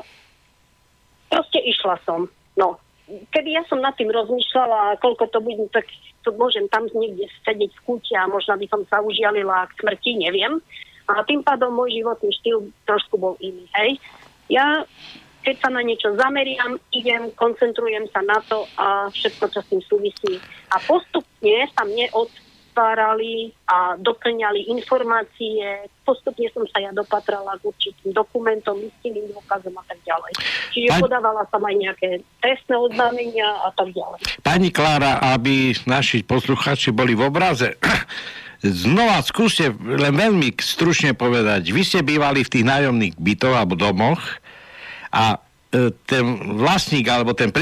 proste išla som. No, keby ja som nad tým rozmýšľala, koľko to bude, tak to môžem tam niekde sedieť v kúte a možno by som sa užialila k smrti, neviem. A tým pádom môj životný štýl trošku bol iný, hej. Ja, keď sa na niečo zameriam, idem, koncentrujem sa na to a všetko, čo s tým súvisí. A postupne sa mne otvárali a doplňali informácie, postupne som sa ja dopatrala k určitým dokumentom, listinným dôkazom a tak ďalej. Čiže Pani... podávala som aj nejaké trestné oznámenia a tak ďalej. Pani Klára, aby naši posluchači boli v obraze, znova skúste len veľmi stručne povedať. Vy ste bývali v tých nájomných bytoch alebo domoch a ten vlastník alebo ten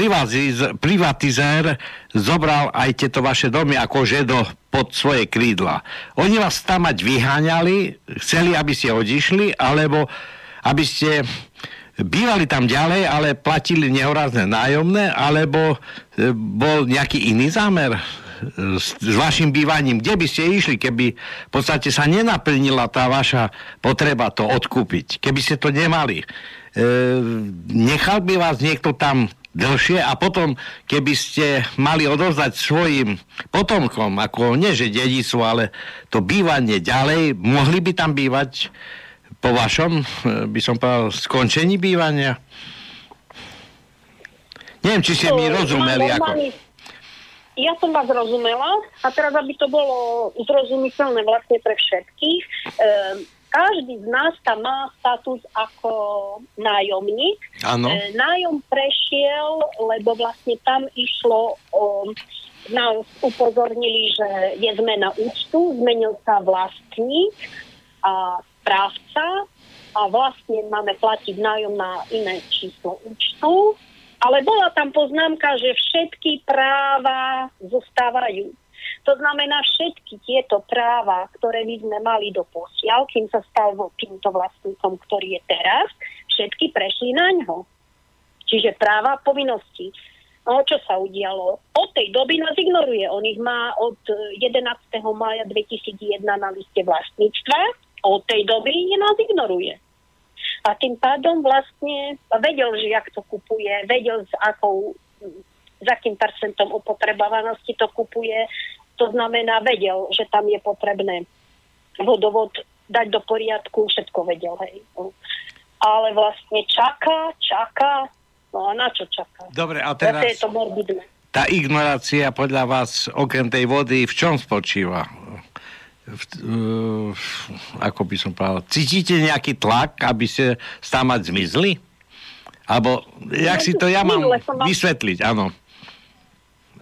privatizér zobral aj tieto vaše domy akože do, pod svoje krídla. Oni vás tam mať vyháňali, chceli, aby ste odišli, alebo aby ste bývali tam ďalej, ale platili nehorázne nájomné, alebo bol nejaký iný zámer s, s vašim bývaním? Kde by ste išli, keby v podstate sa nenaplnila tá vaša potreba to odkúpiť? Keby ste to nemali? E, nechal by vás niekto tam dlhšie a potom, keby ste mali odovzdať svojim potomkom, ako nie že dedičstvo, ale to bývanie ďalej, mohli by tam bývať po vašom, by som povedal, skončení bývania? Neviem, či ste mi rozumeli. Ako... Ja som vás rozumela a teraz, aby to bolo zrozumiteľné vlastne pre všetkých, e, každý z nás tam má status ako nájomník. Áno. E, nájom prešiel, lebo vlastne tam išlo o... Nás upozornili, že je zmena účtu, zmenil sa vlastník a správca a vlastne máme platiť nájom na iné číslo účtu. Ale bola tam poznámka, že všetky práva zostávajú. To znamená, všetky tieto práva, ktoré by sme mali do posiaľ, kým sa stal týmto vlastníkom, ktorý je teraz, všetky prešli na ňo. Čiže práva a povinnosti. No, čo sa udialo? Od tej doby nás ignoruje. On ich má od jedenásteho mája dvetisícjeden na liste vlastníctva. Od tej doby nás ignoruje. A tým pádom vlastne vedel, že jak to kupuje, vedel, s akou, s akým percentom opotrebovanosti to kupuje. To znamená, vedel, že tam je potrebné vodovod dať do poriadku, všetko vedel, hej. Ale vlastne čaká, čaká, no a na čo čaká? Dobre, a teraz je to morbidné. Tá ignorácia podľa vás, okrem tej vody, v čom spočíva? V, uh, ako by som povedal, cítite nejaký tlak, aby ste stámať zmizli? Alebo, jak si to ja mám vysvetliť, áno.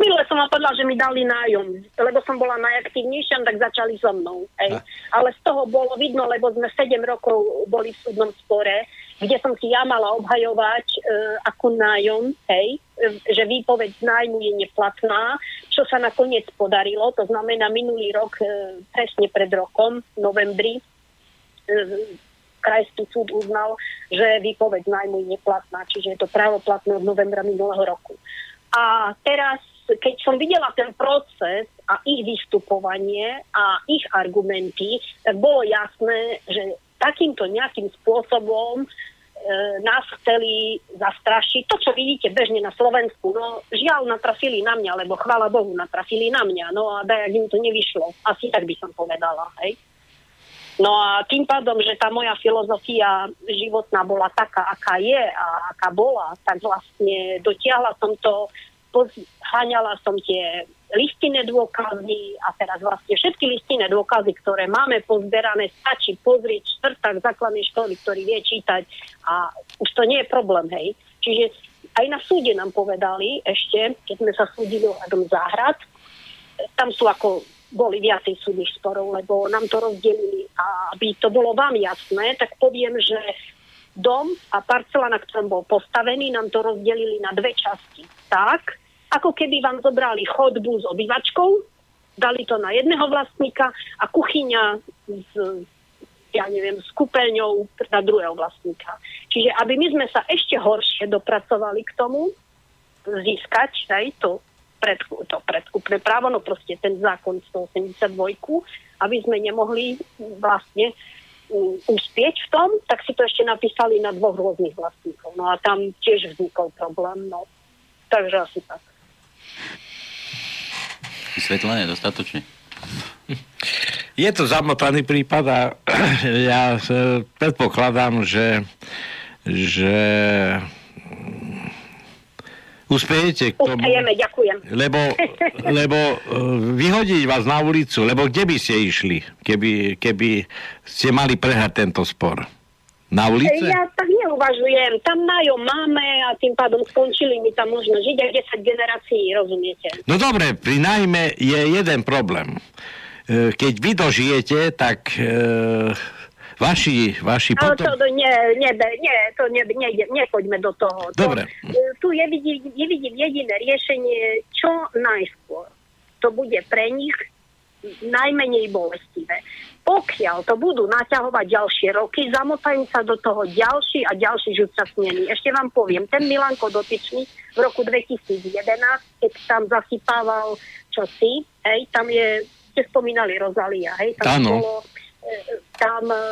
Minule som vám povedala, že mi dali nájom, lebo som bola najaktívnejšia, tak začali so mnou. Hej. Ale z toho bolo vidno, lebo sme sedem rokov boli v súdnom spore, kde som si ja mala obhajovať e, ako nájom, hej, e, že výpoveď z nájmu je neplatná, čo sa nakoniec podarilo, to znamená minulý rok, e, presne pred rokom, v novembri, e, krajský súd uznal, že výpoveď z nájmu je neplatná, čiže je to právoplatné od novembra minulého roku. A teraz, keď som videla ten proces a ich vystupovanie a ich argumenty, tak bolo jasné, že takýmto nejakým spôsobom e, nás chceli zastrašiť. To, čo vidíte bežne na Slovensku, no žiaľ natrafili na mňa, lebo chvála Bohu natrafili na mňa, no a dajak im to nevyšlo. Asi tak by som povedala, hej. No a tým pádom, že tá moja filozofia životná bola taká, aká je a aká bola, tak vlastne dotiahla som to, háňala som tie listinné dôkazy a teraz vlastne všetky listinné dôkazy, ktoré máme pozberané, stačí pozrieť štvrták základnej školy, ktorý vie čítať a už to nie je problém, hej. Čiže aj na súde nám povedali ešte, keď sme sa súdili ohľadom záhrad, tam sú ako boli viacej súdnych sporov, lebo nám to rozdelili a aby to bolo vám jasné, tak poviem, že dom a parcela, na ktorom bol postavený, nám to rozdelili na dve časti. Tak, ako keby vám zobrali chodbu s obývačkou, dali to na jedného vlastníka a kuchyňa s, ja neviem, s kúpeľňou na druhého vlastníka. Čiže aby my sme sa ešte horšie dopracovali k tomu, získať aj to Predku, to predkupné právo, no proste ten zákon stoosemdesiatdva, aby sme nemohli vlastne um, uspieť v tom, tak si to ešte napísali na dvoch rôznych vlastníkov. No a tam tiež vznikol problém, no. Takže asi tak. Vysvetlené dostatočne. Je to zamotaný prípad a ja predpokladám, že že uspejete k tomu. Uspejeme, ďakujem. Lebo, lebo vyhodiť vás na ulicu, lebo kde by ste išli, keby, keby ste mali prehrať tento spor? Na ulice? Ja tak neuvažujem. Tam nájom máme a tým pádom skončili mi tam možno žiť aj desať generácií, rozumiete? No dobre, pri nájme je jeden problém. Keď vy dožijete, tak... E, Vaši, vaši ale potom... to nie, nie, nie, to ne, nejde, nepoďme do toho. Dobre. To, tu je vidím, je vidím jediné riešenie, čo najskôr. To bude pre nich najmenej bolestivé. Pokiaľ to budú naťahovať ďalšie roky, zamotajú sa do toho ďalší a ďalší zúčastnení. Ešte vám poviem, ten Milanko Dotyčný v roku dvetisíc jedenásť, keď tam zasypával čosi, hej, tam je, ste spomínali Rozalia, hej, tam Áno. bolo... tam e,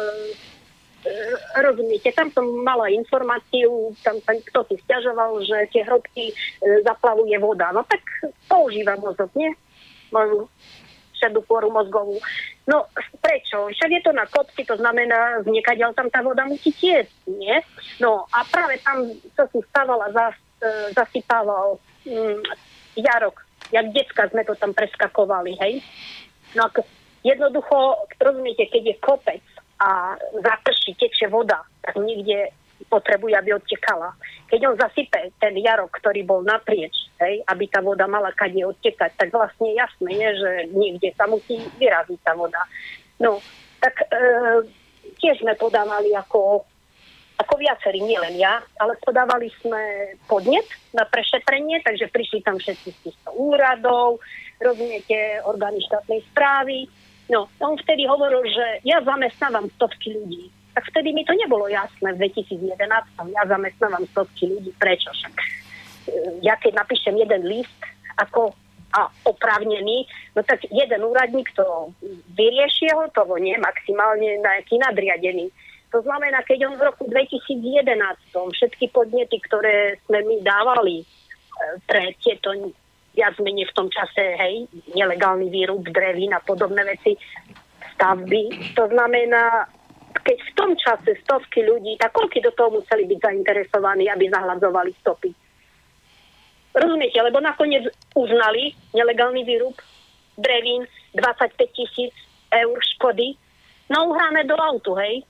rozumiete, tam som mala informáciu, tam, tam kto si sťažoval, že tie hrobky e, zaplavuje voda. No tak používa mozog, nie? Moju šedú poru mozgovú. No prečo? Však je to na kopci, to znamená, znekaďal tam tá voda musí tiesť, nie? No a práve tam, co si stával a zas, e, zasypával mm, jarok, jak decka sme to tam preskakovali, hej? No ako jednoducho, rozumiete, keď je kopec a zaprší, tečie voda, tak niekde potrebuje, aby odtekala. Keď on zasype ten jarok, ktorý bol naprieč, hej, aby tá voda mala kade odtekať, tak vlastne jasné je, že niekde sa musí vyraziť tá voda. No, tak e, tiež sme podávali ako, ako viacerí, nielen ja, ale podávali sme podnet na prešetrenie, takže prišli tam všetci z týchto úradov, rozumiete, orgány štátnej správy. No, on vtedy hovoril, že ja zamestnávam stovky ľudí. Tak vtedy mi to nebolo jasné v dvetisíc jedenásť. Ja zamestnávam stovky ľudí. Prečo však? Ja keď napíšem jeden list ako a oprávnený, no tak jeden úradník to vyriešie hotovo, nie? Maximálne nejaký nadriadený. To znamená, keď on v roku dvetisíc jedenásť všetky podnety, ktoré sme my dávali pre tieto viac menej v tom čase, hej, nelegálny výrub drevín a podobné veci, stavby. To znamená, keď v tom čase stovky ľudí, tak koľky do toho museli byť zainteresovaní, aby zahladzovali stopy. Rozumiete, lebo nakoniec uznali nelegálny výrub drevín, dvadsaťpäť tisíc eur škody, no uhrané do autu, hej.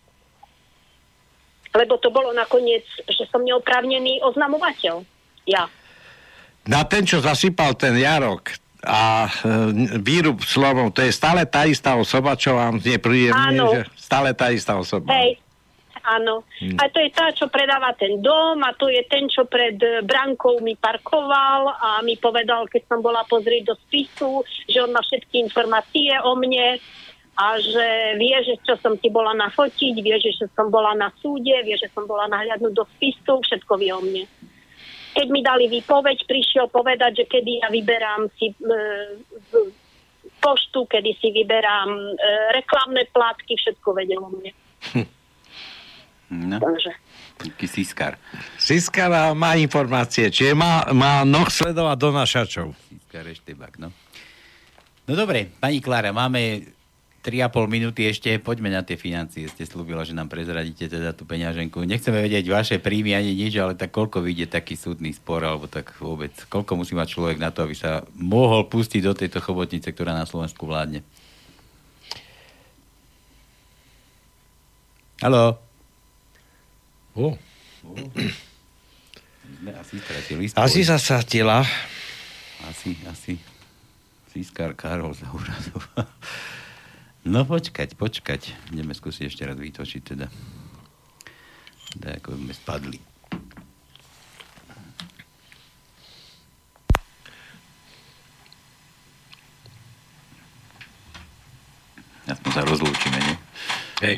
Lebo to bolo nakoniec, že som neoprávnený oznamovateľ. Ja. na ten, čo zasypal ten jarok a e, výrub slomov, to je stále tá istá osoba, čo vám nepríjemne, že stále tá istá osoba. Hej, áno. Hmm. A to je tá, čo predáva ten dom a to je ten, čo pred brankou mi parkoval a mi povedal, keď som bola pozrieť do spisu, že on má všetky informácie o mne a že vie, že čo som ti bola nafotiť, vie, že som bola na súde, vie, že som bola nahliadnúť do spisu, všetko vie o mne. Keď mi dali výpoveď, prišiel povedať, že kedy ja vyberám si e, poštu, kedy si vyberám e, reklamné plátky, všetko vedel o mne. Hm. No. Takže. Taký Siskar. Siskar má informácie, čiže má, má noh sledovať donášačov. Siskar eštebak, no. No dobre, pani Klára, máme tri a pol minúty ešte, poďme na tie financie. Ste slúbila, že nám prezradíte teda tú peňaženku. Nechceme vedieť vaše príjmy ani nič, ale tak koľko vyjde taký súdny spor, alebo tak vôbec. Koľko musí mať človek na to, aby sa mohol pustiť do tejto chobotnice, ktorá na Slovensku vládne? Haló? Oh. Oh. Asi stratili spoj. Asi sa stratila. Asi, asi. Siskar Karol za úradov. No počkať, počkať. Ideme skúsiť ešte raz vytočiť teda. Tak ako sme spadli. Aspoň sa rozlúčime, nie? Hej.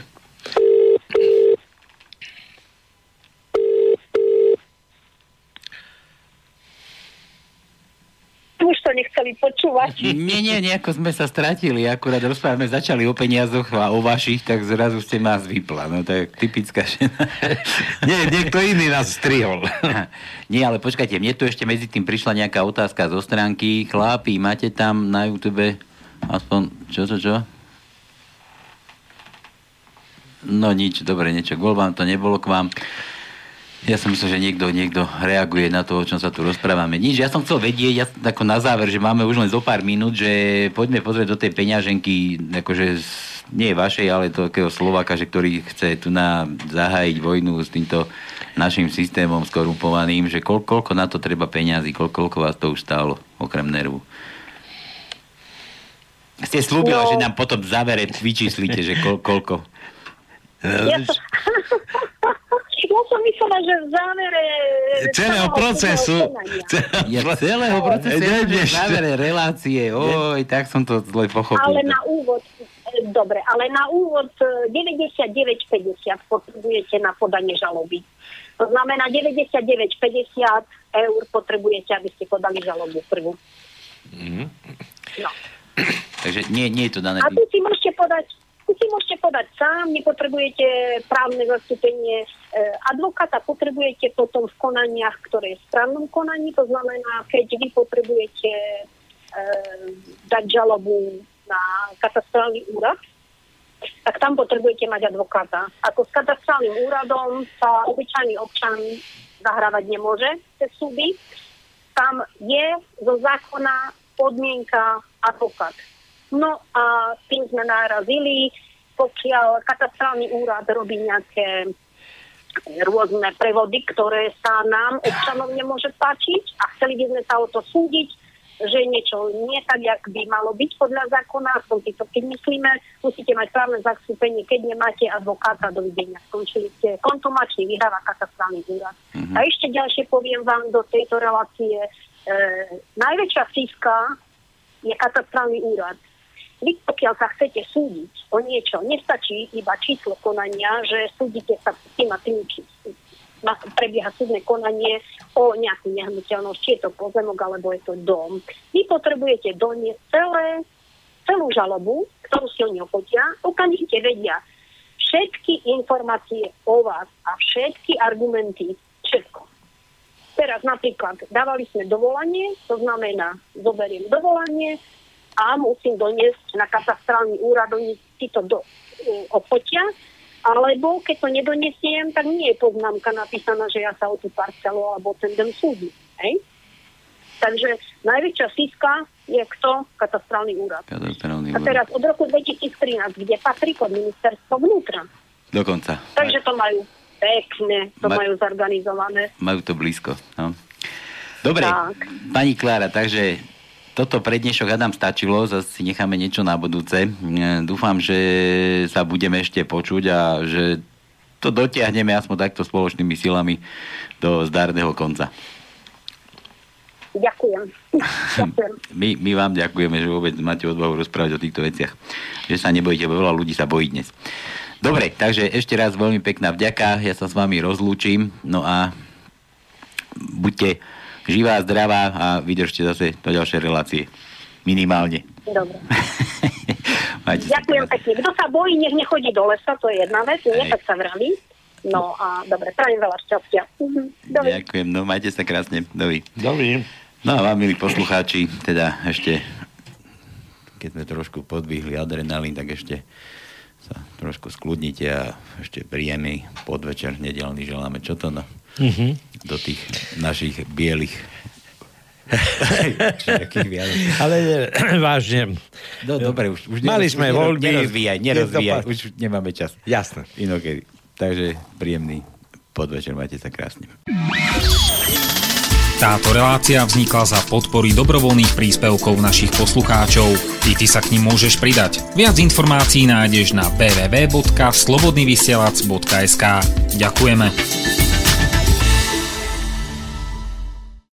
Už to nechceli počúvať. Nie, nie, nejako sme sa stratili. Akurát rozprávame, začali o peniazoch a o vašich, tak zrazu ste nás vypla. No to je typická žena. Nie, niekto iný nás strihol. Nie, ale počkajte, mne tu ešte medzi tým prišla nejaká otázka zo stránky. Chlápi, máte tam na YouTube aspoň, čo, čo, čo? No nič, dobre, niečo k voľbám, to nebolo k vám. Ja som myslel, že niekto, niekto reaguje na to, o čom sa tu rozprávame. Nič, ja som chcel vedieť, ja, ako na záver, že máme už len zo pár minút, že poďme pozrieť do tej peňaženky, akože nie vašej, ale to takého Slováka, že ktorý chce tu na zahájiť vojnu s týmto našim systémom skorumpovaným, že koľ, koľko na to treba peňazí, koľko, koľko vás to už stálo, okrem nervu. Ste slúbila, no. Že nám potom v závere vyčíslite, že koľ, koľko. Ja som... Ja som myslela, že v závere... Celého procesu. Ja celého procesu. V závere relácie. Oj, tak som to zle pochopil. Ale na úvod... Dobre, ale na úvod deväťdesiatdeväť päťdesiat potrebujete na podanie žaloby. To znamená deväťdesiatdeväť päťdesiat eur potrebujete, aby ste podali žalobu prvú. Mm. No. Takže nie, nie je to dané... A tu si môžete podať... Tu si môžete podať sám, nepotrebujete právne zastúpenie e, advokáta, potrebujete potom v konaniach, ktoré je v správnom konaní, to znamená, keď vy potrebujete e, dať žalobu na katastrálny úrad, tak tam potrebujete mať advokáta. Ako s katastrálnym úradom sa obyčajný občan zahrávať nemôže cez súdy. Tam je zo zákona podmienka advokát. No a tým sme narazili, pokiaľ katastrálny úrad robí nejaké rôzne prevody, ktoré sa nám, občanom, nemôže páčiť a chceli by sme sa o to súdiť, že niečo nie tak, jak by malo byť podľa zákona, aspoň si to keď myslíme, musíte mať právne zastúpenie, keď nemáte advokáta, dovidenia. Skončili ste kontumačný, vyhráva katastrálny úrad. Mm-hmm. A ešte ďalšie poviem vám do tejto relácie, e, najväčšia síska je katastrálny úrad. Vy, pokiaľ sa chcete súdiť o niečo, nestačí iba číslo konania, že súdite sa s tým a tým, či prebieha súdne konanie o nejakú nehnuteľnosť, či je to pozemok, alebo je to dom. Vy potrebujete doniesť celé, celú žalobu, ktorú si oni ochotia, okamžite vedia všetky informácie o vás a všetky argumenty, všetko. Teraz napríklad dávali sme dovolanie, to znamená, zoberiem dovolanie, a musím doniesť na katastrálny úrad, oni si to do, e, ofotia, alebo keď to nedonesiem, tak nie je poznámka napísaná, že ja sa o tú parcelu alebo ten dom súdim. Hej? Takže najväčšia síska je kto? Katastrálny úrad. Katastrálny úrad. A teraz od roku dvetisíctrinásť, kde patrí pod ministerstvo vnútra. Dokonca. Takže to majú pekne, to Ma- majú zorganizované. Majú to blízko, no. Dobre, Tak. pani Klára, takže toto pre dnešok Adam stačilo, zase si necháme niečo na budúce. Dúfam, že sa budeme ešte počuť a že to dotiahneme aspoň takto spoločnými silami do zdárneho konca. Ďakujem. Ďakujem. My, my vám ďakujeme, že vôbec máte odvahu rozprávať o týchto veciach. Že sa nebojíte, bo veľa ľudí sa bojí dnes. Dobre, takže ešte raz veľmi pekná vďaka. Ja sa s vami rozlúčim. No a buďte živá, zdravá a vydržte zase do ďalšej relácie. Minimálne. Dobre. Ďakujem pekne. Kto sa bojí, nech nechodí do lesa, to je jedna vec. Nechať sa vraví. No a dobre, prajem veľa šťastia. Dovi. Ďakujem, no majte sa krásne. Dovi. Dovi. No a vám, milí poslucháči, teda ešte, keď sme trošku podvihli adrenalín, tak ešte sa trošku skľudnite a ešte príjemný podvečer nedeľný želáme. Čo to no? Mm-hmm. Do tých našich bielých. Ale vážne. No dobre, už, už mali neroz, sme už voľby. Nerozvíjaj, nerozvíjaj, už nemáme čas. Jasné. Inokedy. Takže príjemný podvečer, majte sa krásne. Táto relácia vznikla za podpory dobrovoľných príspevkov našich poslucháčov. I ty sa k nim môžeš pridať. Viac informácií nájdeš na w w w bodka slobodnyvysielac bodka es ka. Ďakujeme.